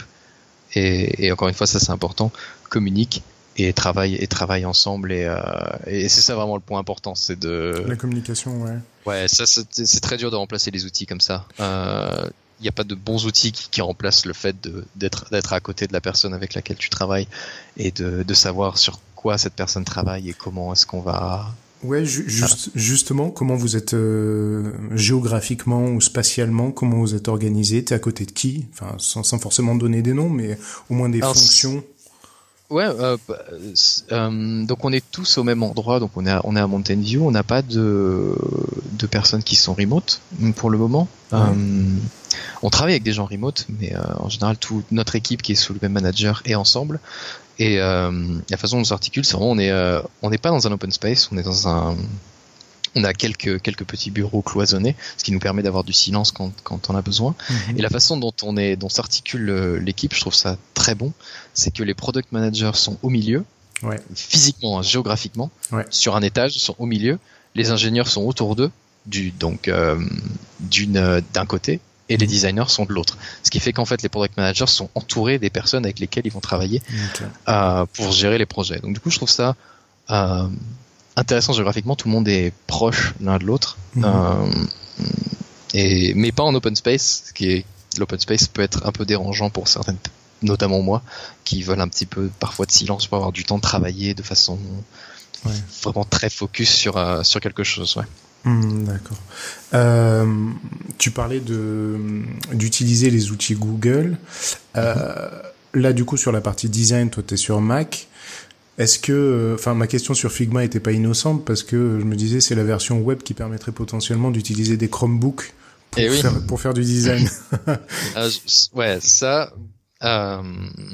et, et encore une fois ça c'est important, communique et travaille et travaille ensemble et, euh, et c'est ça vraiment le point important, c'est de la communication. Ouais. Ouais, ça c'est, c'est très dur de remplacer les outils comme ça. Il euh, n'y a pas de bons outils qui, qui remplacent le fait de d'être d'être à côté de la personne avec laquelle tu travailles et de de savoir sur quoi cette personne travaille et comment est-ce qu'on va. Ouais, ju- juste, ah. justement, comment vous êtes euh, géographiquement ou spatialement, comment vous êtes organisé, t'es à côté de qui, enfin, sans, sans forcément donner des noms, mais au moins des Alors, fonctions. Ouais, euh, euh, donc on est tous au même endroit, donc on est à, on est à Mountain View, on n'a pas de de personnes qui sont remote pour le moment. Ouais. Euh, on travaille avec des gens remote, mais euh, en général toute notre équipe qui est sous le même manager est ensemble. Et euh, la façon dont on s'articule, c'est vraiment on est euh, on n'est pas dans un open space, on est dans un on a quelques quelques petits bureaux cloisonnés, ce qui nous permet d'avoir du silence quand quand on a besoin. Mm-hmm. Et la façon dont on est dont s'articule l'équipe, je trouve ça très bon, c'est que les product managers sont au milieu, ouais. physiquement, hein, géographiquement, ouais. sur un étage, sont au milieu. Les ingénieurs sont autour d'eux, du donc euh, d'une euh, d'un côté. Et les designers sont de l'autre. Ce qui fait qu'en fait, les product managers sont entourés des personnes avec lesquelles ils vont travailler okay. euh, pour gérer les projets. Donc du coup, je trouve ça euh, intéressant géographiquement. Tout le monde est proche l'un de l'autre, mm-hmm. euh, et mais pas en open space. Ce qui est l'open space peut être un peu dérangeant pour certaines, notamment moi, qui veulent un petit peu parfois de silence pour avoir du temps de travailler de façon ouais. vraiment très focus sur euh, sur quelque chose. Ouais. Mmh, d'accord. Euh, tu parlais de d'utiliser les outils Google. Euh, là, du coup, sur la partie design, toi, t'es sur Mac. Est-ce que, enfin, ma question sur Figma était pas innocente parce que je me disais c'est la version web qui permettrait potentiellement d'utiliser des Chromebooks pour, oui. faire, pour faire du design. euh, je, ouais, ça, euh,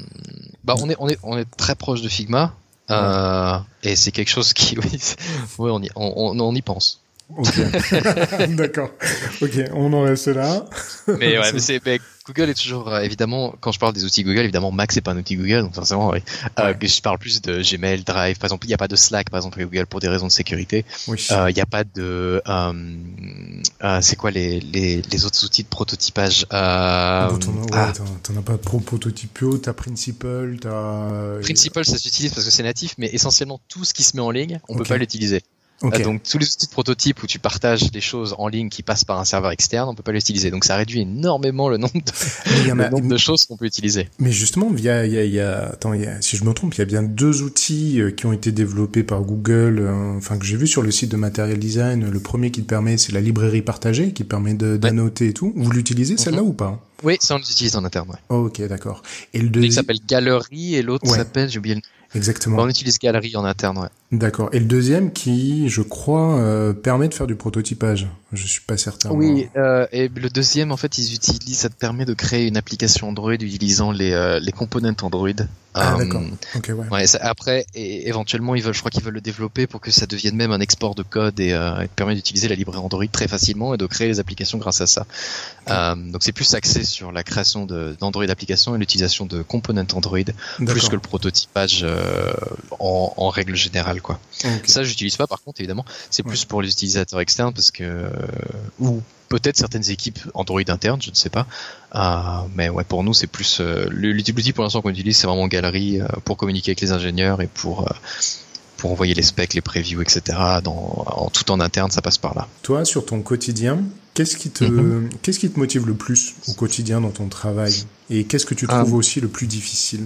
bah, on est, on est, on est très proche de Figma, euh, ouais. Et c'est quelque chose qui, oui, ouais, on y, on, on, on y pense. Ok, d'accord. Ok, on en reste là. Mais ouais, mais c'est, mais Google est toujours, euh, évidemment, quand je parle des outils Google, évidemment, Mac c'est pas un outil Google, donc forcément, oui. Euh, ouais. Je parle plus de Gmail, Drive, par exemple, il n'y a pas de Slack, par exemple, avec Google pour des raisons de sécurité. Oui. Euh, il n'y a pas de, euh, euh, c'est quoi les, les, les autres outils de prototypage? Euh, bon, t'en, as, ouais, ah. t'en, t'en as pas pro Prototypio, t'as Principal, t'as. Principal, ça s'utilise parce que c'est natif, mais essentiellement tout ce qui se met en ligne, on okay. peut pas l'utiliser. Okay. Donc tous les outils de prototype où tu partages des choses en ligne qui passent par un serveur externe, on peut pas les utiliser. Donc ça réduit énormément le nombre de, y en le a... nombre de choses qu'on peut utiliser. Mais justement, il y a, il y a, il y a, attends, il y a, si je me trompe, il y a bien deux outils qui ont été développés par Google, euh, enfin que j'ai vu sur le site de Material Design. Le premier qui te permet, c'est la librairie partagée, qui permet de, d'annoter ouais. et tout. Vous l'utilisez mm-hmm. celle-là ou pas? Oui, ça on l'utilise en interne. Ouais. Oh, ok, d'accord. Et le deuxième s'appelle Gallery et l'autre ouais. s'appelle, j'ai oublié le nom. Exactement. Bon, on utilise Gallery en interne, ouais. D'accord. Et le deuxième qui, je crois, euh, permet de faire du prototypage. Je suis pas certain. Oui, euh, et le deuxième, en fait, ils utilisent, ça te permet de créer une application Android utilisant les euh, les components Android. Ah euh, d'accord. Ok, ouais. Ouais. Ça, après, et, éventuellement, ils veulent, je crois qu'ils veulent le développer pour que ça devienne même un export de code et, euh, et te permet d'utiliser la librairie Android très facilement et de créer les applications grâce à ça. Okay. Euh, donc c'est plus axé sur la création de, d'Android applications et l'utilisation de components Android d'accord. plus que le prototypage euh, en, en règle générale, quoi. Okay. Ça, j'utilise pas. Par contre, évidemment, c'est plus ouais. pour les utilisateurs externes parce que euh, ou peut-être certaines équipes Android internes, je ne sais pas. Euh, mais ouais, pour nous, c'est plus euh, l'outil pour l'instant qu'on utilise, c'est vraiment Gallery euh, pour communiquer avec les ingénieurs et pour euh, pour envoyer les specs, les previews, et cetera. Dans en, tout en interne, ça passe par là. Toi, sur ton quotidien, qu'est-ce qui te mm-hmm. qu'est-ce qui te motive le plus au quotidien dans ton travail et qu'est-ce que tu trouves ah. aussi le plus difficile?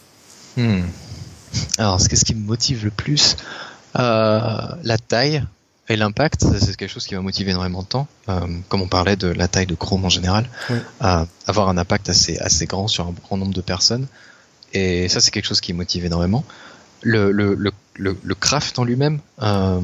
Hmm. Alors, qu'est-ce qui me motive le plus? euh, La taille. Et l'impact, c'est quelque chose qui m'a motivé énormément de temps. Euh, comme on parlait de la taille de Chrome en général, oui. euh, avoir un impact assez assez grand sur un grand nombre de personnes. Et ça, c'est quelque chose qui me motive énormément. Le le le le, le craft en lui-même. Euh,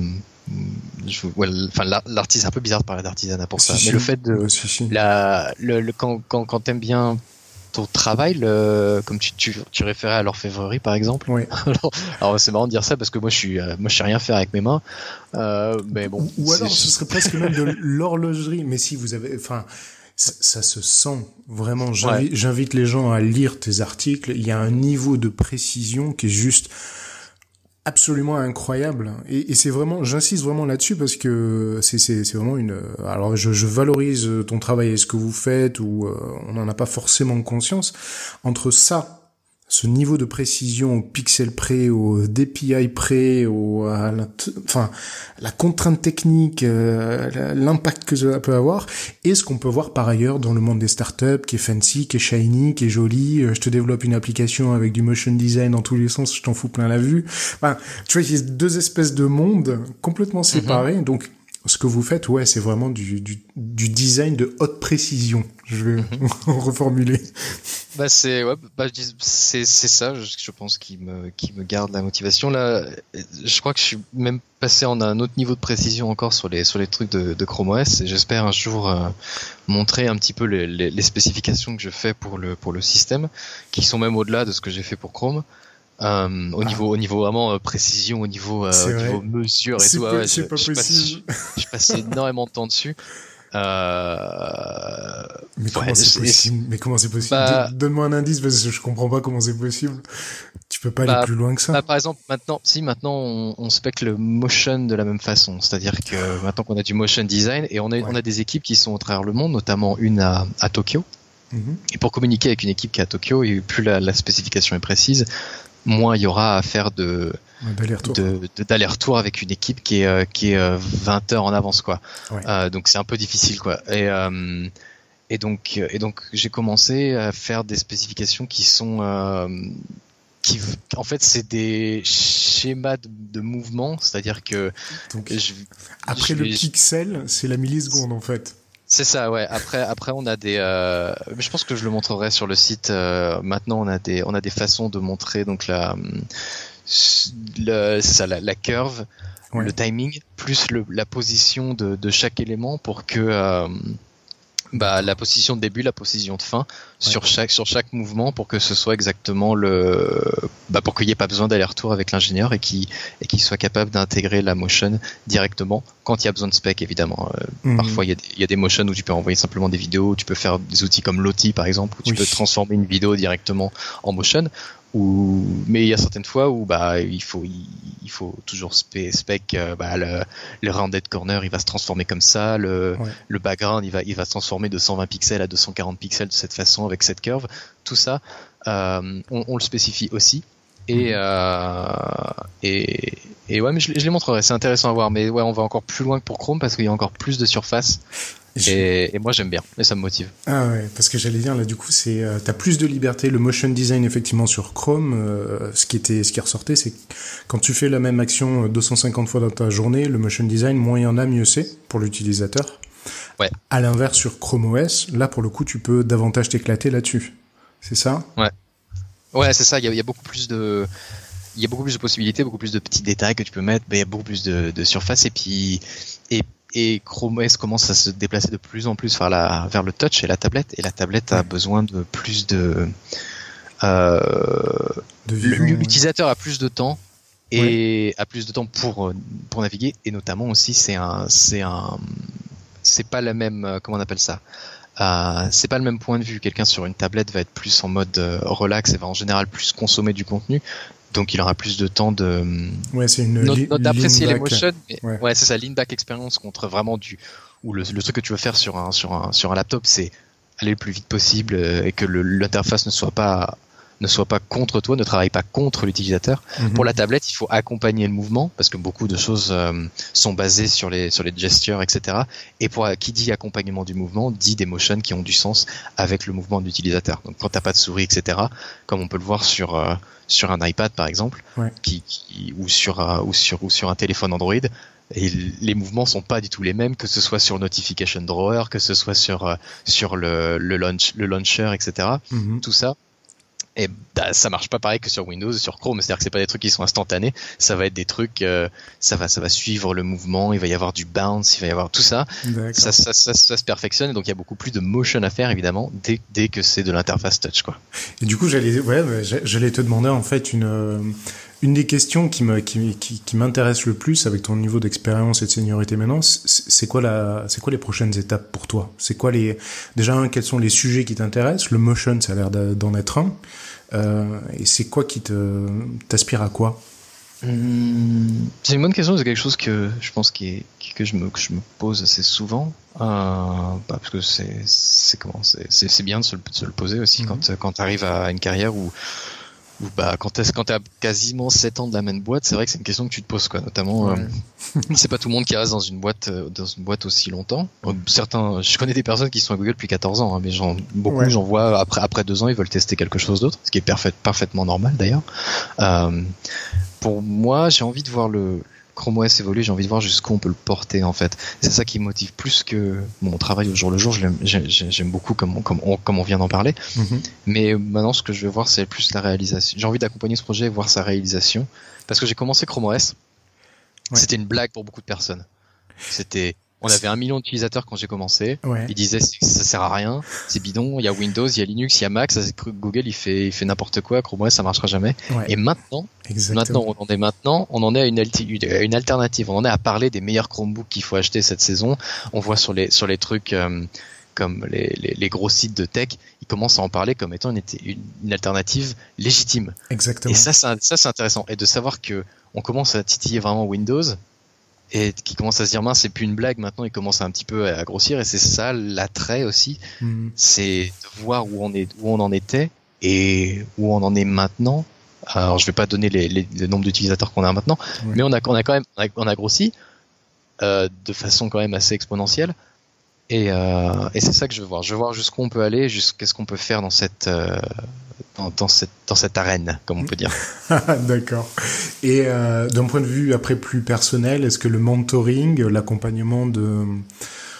je, ouais, enfin, l'artisan, c'est un peu bizarre de parler d'artisanat pour ça, si, mais si. le fait de ouais, si, si. la le, le quand quand quand t'aimes bien ton travail, le, comme tu, tu, tu référais à l'orfèvrerie par exemple. Oui. alors, alors c'est marrant de dire ça parce que moi je suis, euh, moi je sais rien faire avec mes mains. Euh, mais bon. Ou, ou alors ce serait presque même de l'horlogerie. Mais si vous avez, enfin, ça, ça se sent vraiment. J'invite, ouais. j'invite les gens à lire tes articles. Il y a un niveau de précision qui est juste absolument incroyable. Et, et c'est vraiment, j'insiste vraiment là-dessus parce que c'est, c'est, c'est vraiment une, alors je, je valorise ton travail et ce que vous faites ou euh, on n'en a pas forcément conscience. Entre ça, ce niveau de précision au pixel près, au D P I près, au, à la, enfin, la contrainte technique, euh, l'impact que ça peut avoir, et ce qu'on peut voir par ailleurs dans le monde des startups, qui est fancy, qui est shiny, qui est joli. Je te développe une application avec du motion design dans tous les sens, je t'en fous plein la vue. Enfin, tu vois, il y a deux espèces de mondes complètement séparés. Mm-hmm. Donc, ce que vous faites, ouais, c'est vraiment du, du, du design de haute précision. Je vais mm-hmm. reformuler. Bah c'est ouais, bah c'est c'est ça, je, je pense qui me qui me garde la motivation là. Je crois que je suis même passé en un autre niveau de précision encore sur les sur les trucs de, de Chrome O S et j'espère un jour euh, montrer un petit peu les, les les spécifications que je fais pour le pour le système, qui sont même au-delà de ce que j'ai fait pour Chrome. Euh, au ah. niveau au niveau vraiment euh, précision, au niveau euh, au niveau mesure et c'est tout, pas, ouais, c'est je, pas je, possible. passe, je, je passe énormément de temps dessus. Euh... Mais comment ouais, c'est possible? Mais comment c'est possible? Bah... Donne-moi un indice parce que je comprends pas comment c'est possible. Tu peux pas bah, aller plus loin que ça. Bah, par exemple, maintenant, si maintenant on, on spec le motion de la même façon, c'est-à-dire que maintenant qu'on a du motion design et on a ouais. on a des équipes qui sont à travers le monde, notamment une à, à Tokyo. Mm-hmm. Et pour communiquer avec une équipe qui est à Tokyo, et plus la, la spécification est précise, moins il y aura à faire de d'aller-retour, de, de, d'aller-retour avec une équipe qui est, euh, qui est euh, vingt heures en avance, quoi. Ouais. Euh, donc c'est un peu difficile, quoi. Et, euh, et donc, et donc j'ai commencé à faire des spécifications qui sont, euh, qui, en fait, c'est des schémas de, de mouvement, c'est-à-dire que donc, je, après je le vais, pixel, c'est la milliseconde, en fait. C'est ça, ouais. Après, après, on a des. Euh... Je pense que je le montrerai sur le site. Euh... Maintenant, on a des, on a des façons de montrer donc la, le... c'est ça, la, la curve, ouais. le timing, plus le, la position de, de chaque élément pour que. Euh... Bah, la position de début, la position de fin, ouais. sur chaque sur chaque mouvement pour que ce soit exactement le, bah, pour qu'il n'y ait pas besoin d'aller-retour avec l'ingénieur et qu'il et qu'il soit capable d'intégrer la motion directement quand il y a besoin de spec évidemment. Euh, mmh. Parfois il y a des, il y a des motions où tu peux envoyer simplement des vidéos, tu peux faire des outils comme Lottie par exemple où tu oui. peux transformer une vidéo directement en motion. Ou, mais il y a certaines fois où bah il faut il, il faut toujours spec, spec euh, bah, le, le rounded corner il va se transformer comme ça, le ouais. le background il va il va se transformer de cent vingt pixels à deux cent quarante pixels de cette façon avec cette curve. Tout ça euh, on, on le spécifie aussi et mmh. euh, et et ouais mais je, je les montrerai, c'est intéressant à voir, mais ouais on va encore plus loin que pour Chrome parce qu'il y a encore plus de surface. Et, et moi j'aime bien, et ça me motive. Ah ouais, parce que j'allais dire là du coup c'est euh, t'as plus de liberté, le motion design effectivement sur Chrome, euh, ce qui était ce qui ressortait c'est que quand tu fais la même action deux cent cinquante fois dans ta journée, le motion design moins il y en a mieux c'est pour l'utilisateur. Ouais. À l'inverse sur Chrome O S, là pour le coup tu peux davantage t'éclater là-dessus. C'est ça ? Ouais. Ouais, c'est ça, il y a, il y a beaucoup plus de il y a beaucoup plus de possibilités, beaucoup plus de petits détails que tu peux mettre, mais il y a beaucoup plus de, de surface et puis et Et Chrome O S commence à se déplacer de plus en plus vers, la, vers le touch et la tablette. Et la tablette a besoin de plus de... Euh, de vivant, l'utilisateur ouais. a plus de temps et ouais. a plus de temps pour, pour naviguer. Et notamment aussi, c'est un... C'est un c'est pas la même... Comment on appelle ça euh, c'est pas le même point de vue. Quelqu'un sur une tablette va être plus en mode relax et va en général plus consommer du contenu. Donc il aura plus de temps de ouais, c'est une li- d'apprécier les motions. Mais, ouais. ouais, c'est ça, lean back experience contre vraiment du ou le, le truc que tu veux faire sur un sur un sur un laptop, c'est aller le plus vite possible et que le, l'interface ne soit pas ne soit pas contre toi, ne travaille pas contre l'utilisateur. Mm-hmm. Pour la tablette, il faut accompagner le mouvement parce que beaucoup de choses euh, sont basées sur les sur les gestures, et cetera. Et pour qui dit accompagnement du mouvement, dit des motions qui ont du sens avec le mouvement de l'utilisateur. Donc quand t'as pas de souris, et cetera. Comme on peut le voir sur euh, sur un iPad par exemple, ouais. qui, qui ou sur euh, ou sur ou sur un téléphone Android. Et les mouvements sont pas du tout les mêmes, que ce soit sur Notification Drawer, que ce soit sur euh, sur le le launch le launcher, et cetera. Mm-hmm. Tout ça. Et bah, ça marche pas pareil que sur Windows, sur Chrome. C'est-à-dire que c'est pas des trucs qui sont instantanés. Ça va être des trucs, euh, ça va, ça va suivre le mouvement. Il va y avoir du bounce, il va y avoir tout ça. Ça, ça, ça, ça se perfectionne. Et donc il y a beaucoup plus de motion à faire évidemment dès, dès que c'est de l'interface touch, quoi. Et du coup, j'allais, ouais, j'allais te demander en fait une, une des questions qui me, qui, qui, qui m'intéresse le plus avec ton niveau d'expérience et de seniorité maintenant. C'est quoi la, c'est quoi les prochaines étapes pour toi? C'est quoi les, déjà, quels sont les sujets qui t'intéressent? Le motion, ça a l'air d'en être un. Euh, et c'est quoi qui te t'aspire à quoi? Mmh, c'est une bonne question, c'est quelque chose que je pense qui est, que je me que je me pose assez souvent, euh, bah parce que c'est c'est comment c'est c'est, c'est bien de se, de se le poser aussi mmh. quand quand t'arrives à une carrière où ou bah quand t'as quand t'as quasiment sept ans de la même boîte, c'est vrai que c'est une question que tu te poses quoi, notamment ouais. euh, c'est pas tout le monde qui reste dans une boîte dans une boîte aussi longtemps. Certains, je connais des personnes qui sont à Google depuis quatorze ans, hein, mais j'en beaucoup ouais. j'en vois après après deux ans ils veulent tester quelque chose d'autre, ce qui est parfait, parfaitement normal d'ailleurs. Euh, pour moi, j'ai envie de voir le Chrome O S évoluer, j'ai envie de voir jusqu'où on peut le porter en fait. C'est ça qui me motive plus que bon, mon travail au jour le jour. Je l'aime, j'aime, j'aime beaucoup comme on, comme on, comme on vient d'en parler. Mm-hmm. Mais maintenant, ce que je veux voir, c'est plus la réalisation. J'ai envie d'accompagner ce projet et voir sa réalisation. Parce que j'ai commencé Chrome O S. Ouais. C'était une blague pour beaucoup de personnes. C'était On avait un million d'utilisateurs quand j'ai commencé. Ouais. Ils disaient ça sert à rien, c'est bidon. Il y a Windows, il y a Linux, il y a Mac. Ça, Google, il fait, il fait n'importe quoi. Chrome O S, ça marchera jamais. Ouais. Et maintenant, Exactement. maintenant, on en est maintenant, on en est à une, alti- une alternative. On en est à parler des meilleurs Chromebooks qu'il faut acheter cette saison. On voit sur les, sur les trucs. Euh, comme les, les, les gros sites de tech, ils commencent à en parler comme étant une, une, une alternative légitime. Exactement. Et ça, c'est, ça, c'est intéressant. Et de savoir que on commence à titiller vraiment Windows et qui commence à se dire mince, c'est plus une blague maintenant, il commence un petit peu à grossir. Et c'est ça l'attrait aussi, mmh. c'est de voir où on est, où on en était et où on en est maintenant. Alors, je vais pas donner les, les, le nombre d'utilisateurs qu'on a maintenant, ouais. mais on a, on a quand même, on a, on a grossi euh, de façon quand même assez exponentielle. Et, euh, et c'est ça que je veux voir. Je veux voir jusqu'où on peut aller, jusqu'à ce qu'on peut faire dans cette, euh, dans, dans cette, dans cette arène, comme on peut dire. D'accord. Et euh, d'un point de vue après plus personnel, est-ce que le mentoring, l'accompagnement de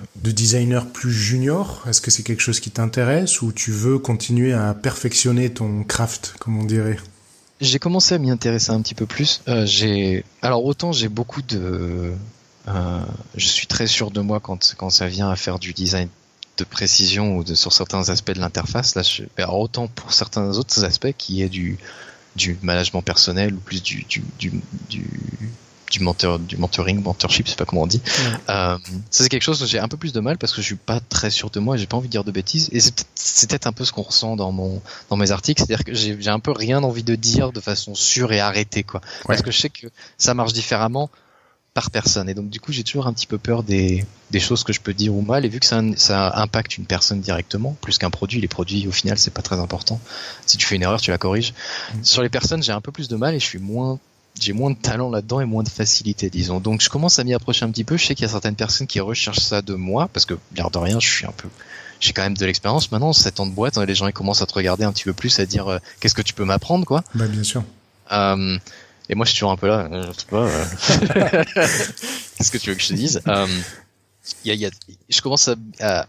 de designer plus junior? Est-ce que c'est quelque chose qui t'intéresse ou tu veux continuer à perfectionner ton craft, comme on dirait? J'ai commencé à m'y intéresser un petit peu plus. Euh, j'ai, alors autant j'ai beaucoup de, euh, je suis très sûr de moi quand quand ça vient à faire du design de précision ou de sur certains aspects de l'interface. Là, je, alors autant pour certains autres aspects qui est du du management personnel ou plus du du du, du du mentor, du mentoring, mentorship, je sais pas comment on dit. Ouais. Euh, ça c'est quelque chose que j'ai un peu plus de mal parce que je suis pas très sûr de moi et j'ai pas envie de dire de bêtises. Et c'est peut-être, c'est peut-être un peu ce qu'on ressent dans mon, dans mes articles, c'est-à-dire que j'ai, j'ai un peu rien envie de dire de façon sûre et arrêtée, quoi. Ouais. Parce que je sais que ça marche différemment par personne. Et donc du coup j'ai toujours un petit peu peur des, des choses que je peux dire ou mal. Et vu que ça, ça impacte une personne directement, plus qu'un produit, les produits au final c'est pas très important. Si tu fais une erreur, tu la corriges. Mmh. Sur les personnes, j'ai un peu plus de mal et je suis moins j'ai moins de talent là-dedans et moins de facilité, disons. Donc je commence à m'y approcher un petit peu. Je sais qu'il y a certaines personnes qui recherchent ça de moi, parce que, bien de rien, je suis un peu, j'ai quand même de l'expérience maintenant, sept ans de boîte, les gens ils commencent à te regarder un petit peu plus, à dire euh, qu'est-ce que tu peux m'apprendre, quoi. Bah bien sûr. Euh, et moi je suis toujours un peu là, euh, je sais pas. Euh... qu'est-ce que tu veux que je te dise? euh, y a, y a, je commence à, à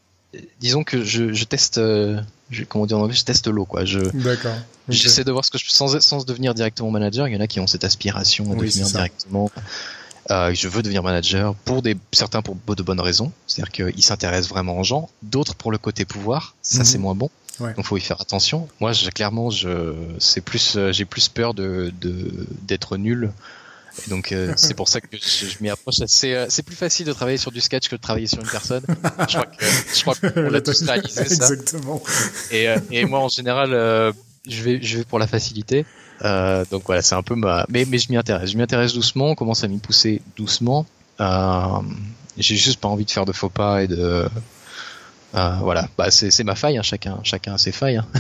disons que je, je teste, euh, je, comment dire en anglais, je teste l'eau, quoi. Je, D'accord. Okay. J'essaie de voir ce que je sans, sans devenir directement manager. Il y en a qui ont cette aspiration à oui, devenir directement. Euh, je veux devenir manager pour des, certains pour de bonnes raisons. C'est-à-dire qu'ils s'intéressent vraiment aux gens. D'autres pour le côté pouvoir. Ça, mm-hmm. c'est moins bon. Ouais. Donc, faut y faire attention. Moi, je, clairement, je, c'est plus, euh, j'ai plus peur de, de, d'être nul. Et donc euh, c'est pour ça que je, je m'y approche. C'est, euh, c'est plus facile de travailler sur du sketch que de travailler sur une personne. Je crois que je crois qu'on l'a tous réalisé ça. Exactement. Et, euh, et moi en général, euh, je vais je vais pour la facilité. Euh, donc voilà, c'est un peu ma. Mais mais je m'y intéresse. Je m'y intéresse doucement. On commence à m'y pousser doucement. Euh, j'ai juste pas envie de faire de faux pas et de. Euh, voilà, bah c'est c'est ma faille. Hein. Chacun chacun a ses failles. Hein.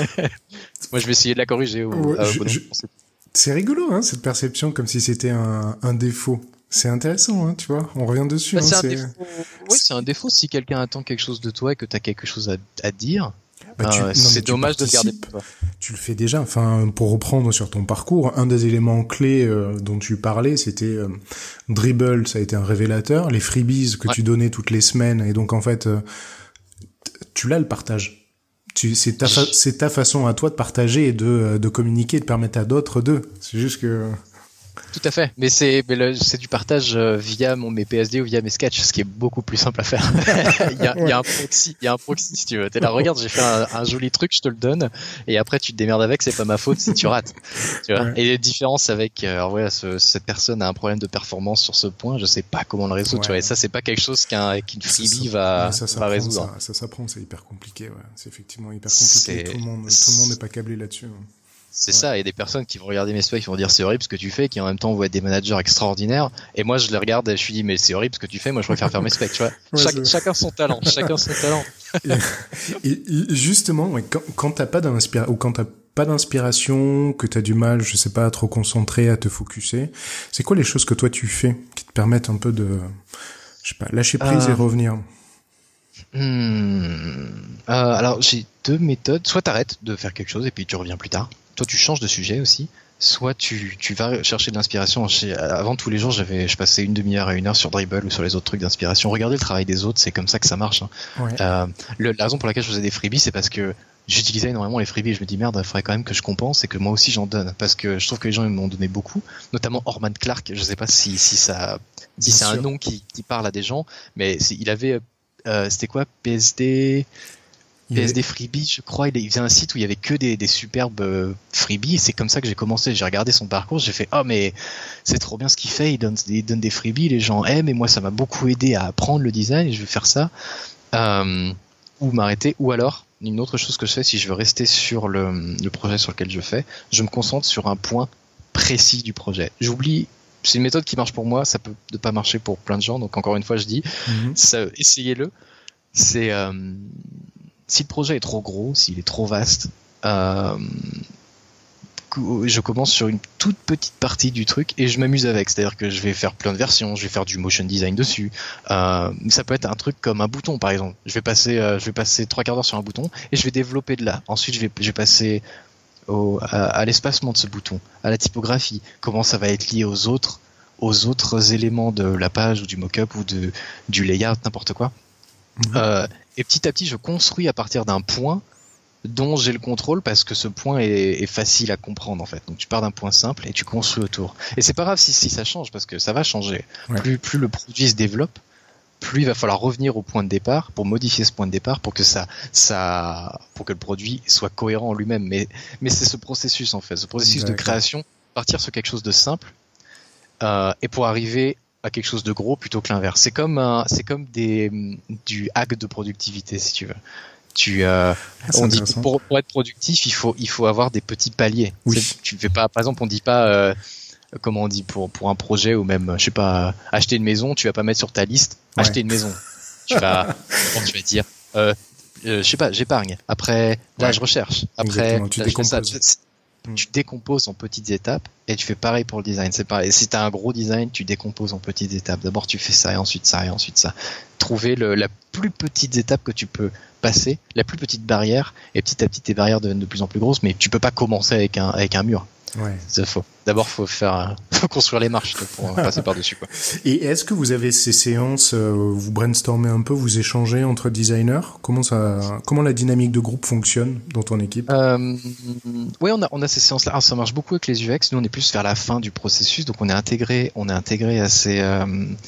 Moi je vais essayer de la corriger. Au, ouais, euh, je, je... C'est rigolo, hein, cette perception, comme si c'était un, un défaut. C'est intéressant, hein, tu vois. On revient dessus. Bah, hein, c'est un c'est... défaut. Oui, c'est un défaut si quelqu'un attend quelque chose de toi et que tu as quelque chose à, à dire. Bah, tu, euh, non, c'est dommage de le garder pour toi. Tu le fais déjà. Enfin, pour reprendre sur ton parcours, un des éléments clés euh, dont tu parlais, c'était euh, Dribbble, ça a été un révélateur. Les freebies que ouais. tu donnais toutes les semaines, et donc en fait, euh, tu l'as le partage. Tu, c'est ta fa- c'est ta façon à toi de partager et de de communiquer, de permettre à d'autres d'eux. C'est juste que. Tout à fait, mais c'est mais le, c'est du partage euh, via mon mes P S D ou via mes sketchs, ce qui est beaucoup plus simple à faire. il y a ouais. il y a un proxy, il y a un proxy si tu veux. T'es là, regarde, j'ai fait un, un joli truc, je te le donne, et après tu te démerdes avec, c'est pas ma faute si tu rates. Tu vois. Ouais. Et les différences avec, euh, alors voilà, ce, cette personne a un problème de performance sur ce point, je sais pas comment le résoudre. Ouais. Tu vois, et ça c'est pas quelque chose qu'un qu'une freebie ça, va ça, ça va résoudre. Ça, ça s'apprend, c'est hyper compliqué. Ouais. C'est effectivement hyper compliqué. C'est... Tout le monde, tout le monde n'est pas câblé là-dessus. Hein. C'est ouais. ça, il y a des personnes qui vont regarder mes specs, qui vont dire c'est horrible ce que tu fais, qui en même temps vont être des managers extraordinaires, et moi je les regarde et je suis dit mais c'est horrible ce que tu fais, moi je préfère faire mes specs, tu vois. Ouais, Chaque, chacun son talent, chacun son talent. et, et justement, ouais, quand, quand t'as pas d'inspiration, ou quand t'as pas d'inspiration, que t'as du mal, je sais pas, à te reconcentrer, à te focuser, c'est quoi les choses que toi tu fais qui te permettent un peu de, je sais pas, lâcher prise euh... et revenir? Hmm. Euh, alors j'ai deux méthodes, soit t'arrêtes de faire quelque chose et puis tu reviens plus tard. Toi, tu changes de sujet aussi. Soit tu, tu vas chercher de l'inspiration. Avant, tous les jours, j'avais, je passais une demi-heure à une heure sur Dribbble ou sur les autres trucs d'inspiration. Regardez le travail des autres, c'est comme ça que ça marche. Hein. Ouais. Euh, le, la raison pour laquelle je faisais des freebies, c'est parce que j'utilisais énormément les freebies. Je me dis merde, il faudrait quand même que je compense et que moi aussi j'en donne. Parce que je trouve que les gens ils m'ont donné beaucoup. Notamment Orman Clark. Je sais pas si, si ça, si Bien c'est sûr. un nom qui, qui parle à des gens, mais il avait, euh, c'était quoi, P S D. P S D Freebie, je crois, il faisait un site où il y avait que des, des superbes euh, freebies, et c'est comme ça que j'ai commencé. J'ai regardé son parcours, j'ai fait oh mais c'est trop bien ce qu'il fait, il donne, il donne des freebies, les gens aiment, et moi ça m'a beaucoup aidé à apprendre le design, et je vais faire ça, euh, ou m'arrêter, ou alors une autre chose que je fais si je veux rester sur le, le projet sur lequel je fais, je me concentre sur un point précis du projet. J'oublie. C'est une méthode qui marche pour moi, ça peut ne pas marcher pour plein de gens, donc encore une fois je dis, mm-hmm. ça, essayez-le. C'est euh, si le projet est trop gros, s'il est trop vaste, euh, je commence sur une toute petite partie du truc et je m'amuse avec. C'est-à-dire que je vais faire plein de versions, je vais faire du motion design dessus. Euh, ça peut être un truc comme un bouton, par exemple. Je vais passer, euh, je vais passer trois quarts d'heure sur un bouton et je vais développer de là. Ensuite, je vais, je vais passer au, à, à l'espacement de ce bouton, à la typographie, comment ça va être lié aux autres, aux autres éléments de la page ou du mock-up ou de, du layout, n'importe quoi. Mmh. Euh, et petit à petit, je construis à partir d'un point dont j'ai le contrôle parce que ce point est, est facile à comprendre en fait. Donc tu pars d'un point simple et tu construis autour. Et c'est pas grave si, si ça change parce que ça va changer. Ouais. Plus, plus le produit se développe, plus il va falloir revenir au point de départ pour modifier ce point de départ pour que ça, ça, pour que le produit soit cohérent en lui-même. Mais, mais c'est ce processus en fait, ce processus D'accord. de création, partir sur quelque chose de simple euh, et pour arriver à quelque chose de gros plutôt que l'inverse. C'est comme un, c'est comme des, du hack de productivité si tu veux. Tu, euh, ah, on dit pour, pour être productif, il faut, il faut avoir des petits paliers. Oui. Tu fais pas, par exemple, on dit pas, euh, comment on dit pour pour un projet ou même, je sais pas, acheter une maison, tu vas pas mettre sur ta liste ouais. acheter une maison. Tu vas, bon, tu vas dire, euh, euh, je sais pas, j'épargne. Après, là, ouais. je recherche. Après, Exactement. tu là, décomposes. Ça, tu, tu décomposes en petites étapes et tu fais pareil pour le design. C'est pareil. Et si t'as un gros design, tu décomposes en petites étapes. D'abord, tu fais ça et ensuite ça et ensuite ça. Trouver le, la plus petite étape que tu peux passer, la plus petite barrière, et petit à petit tes barrières deviennent de plus en plus grosses, mais tu peux pas commencer avec un avec un mur. Ouais. C'est faux. D'abord, faut faire, faut construire les marches pour passer par dessus, quoi. Et est-ce que vous avez ces séances, euh, vous brainstormez un peu, vous échangez entre designers? Comment ça, comment la dynamique de groupe fonctionne dans ton équipe? euh, Oui, on a on a ces séances-là. Alors, ça marche beaucoup avec les U X. Nous, on est plus vers la fin du processus, donc on est intégré, on est intégré à ces euh,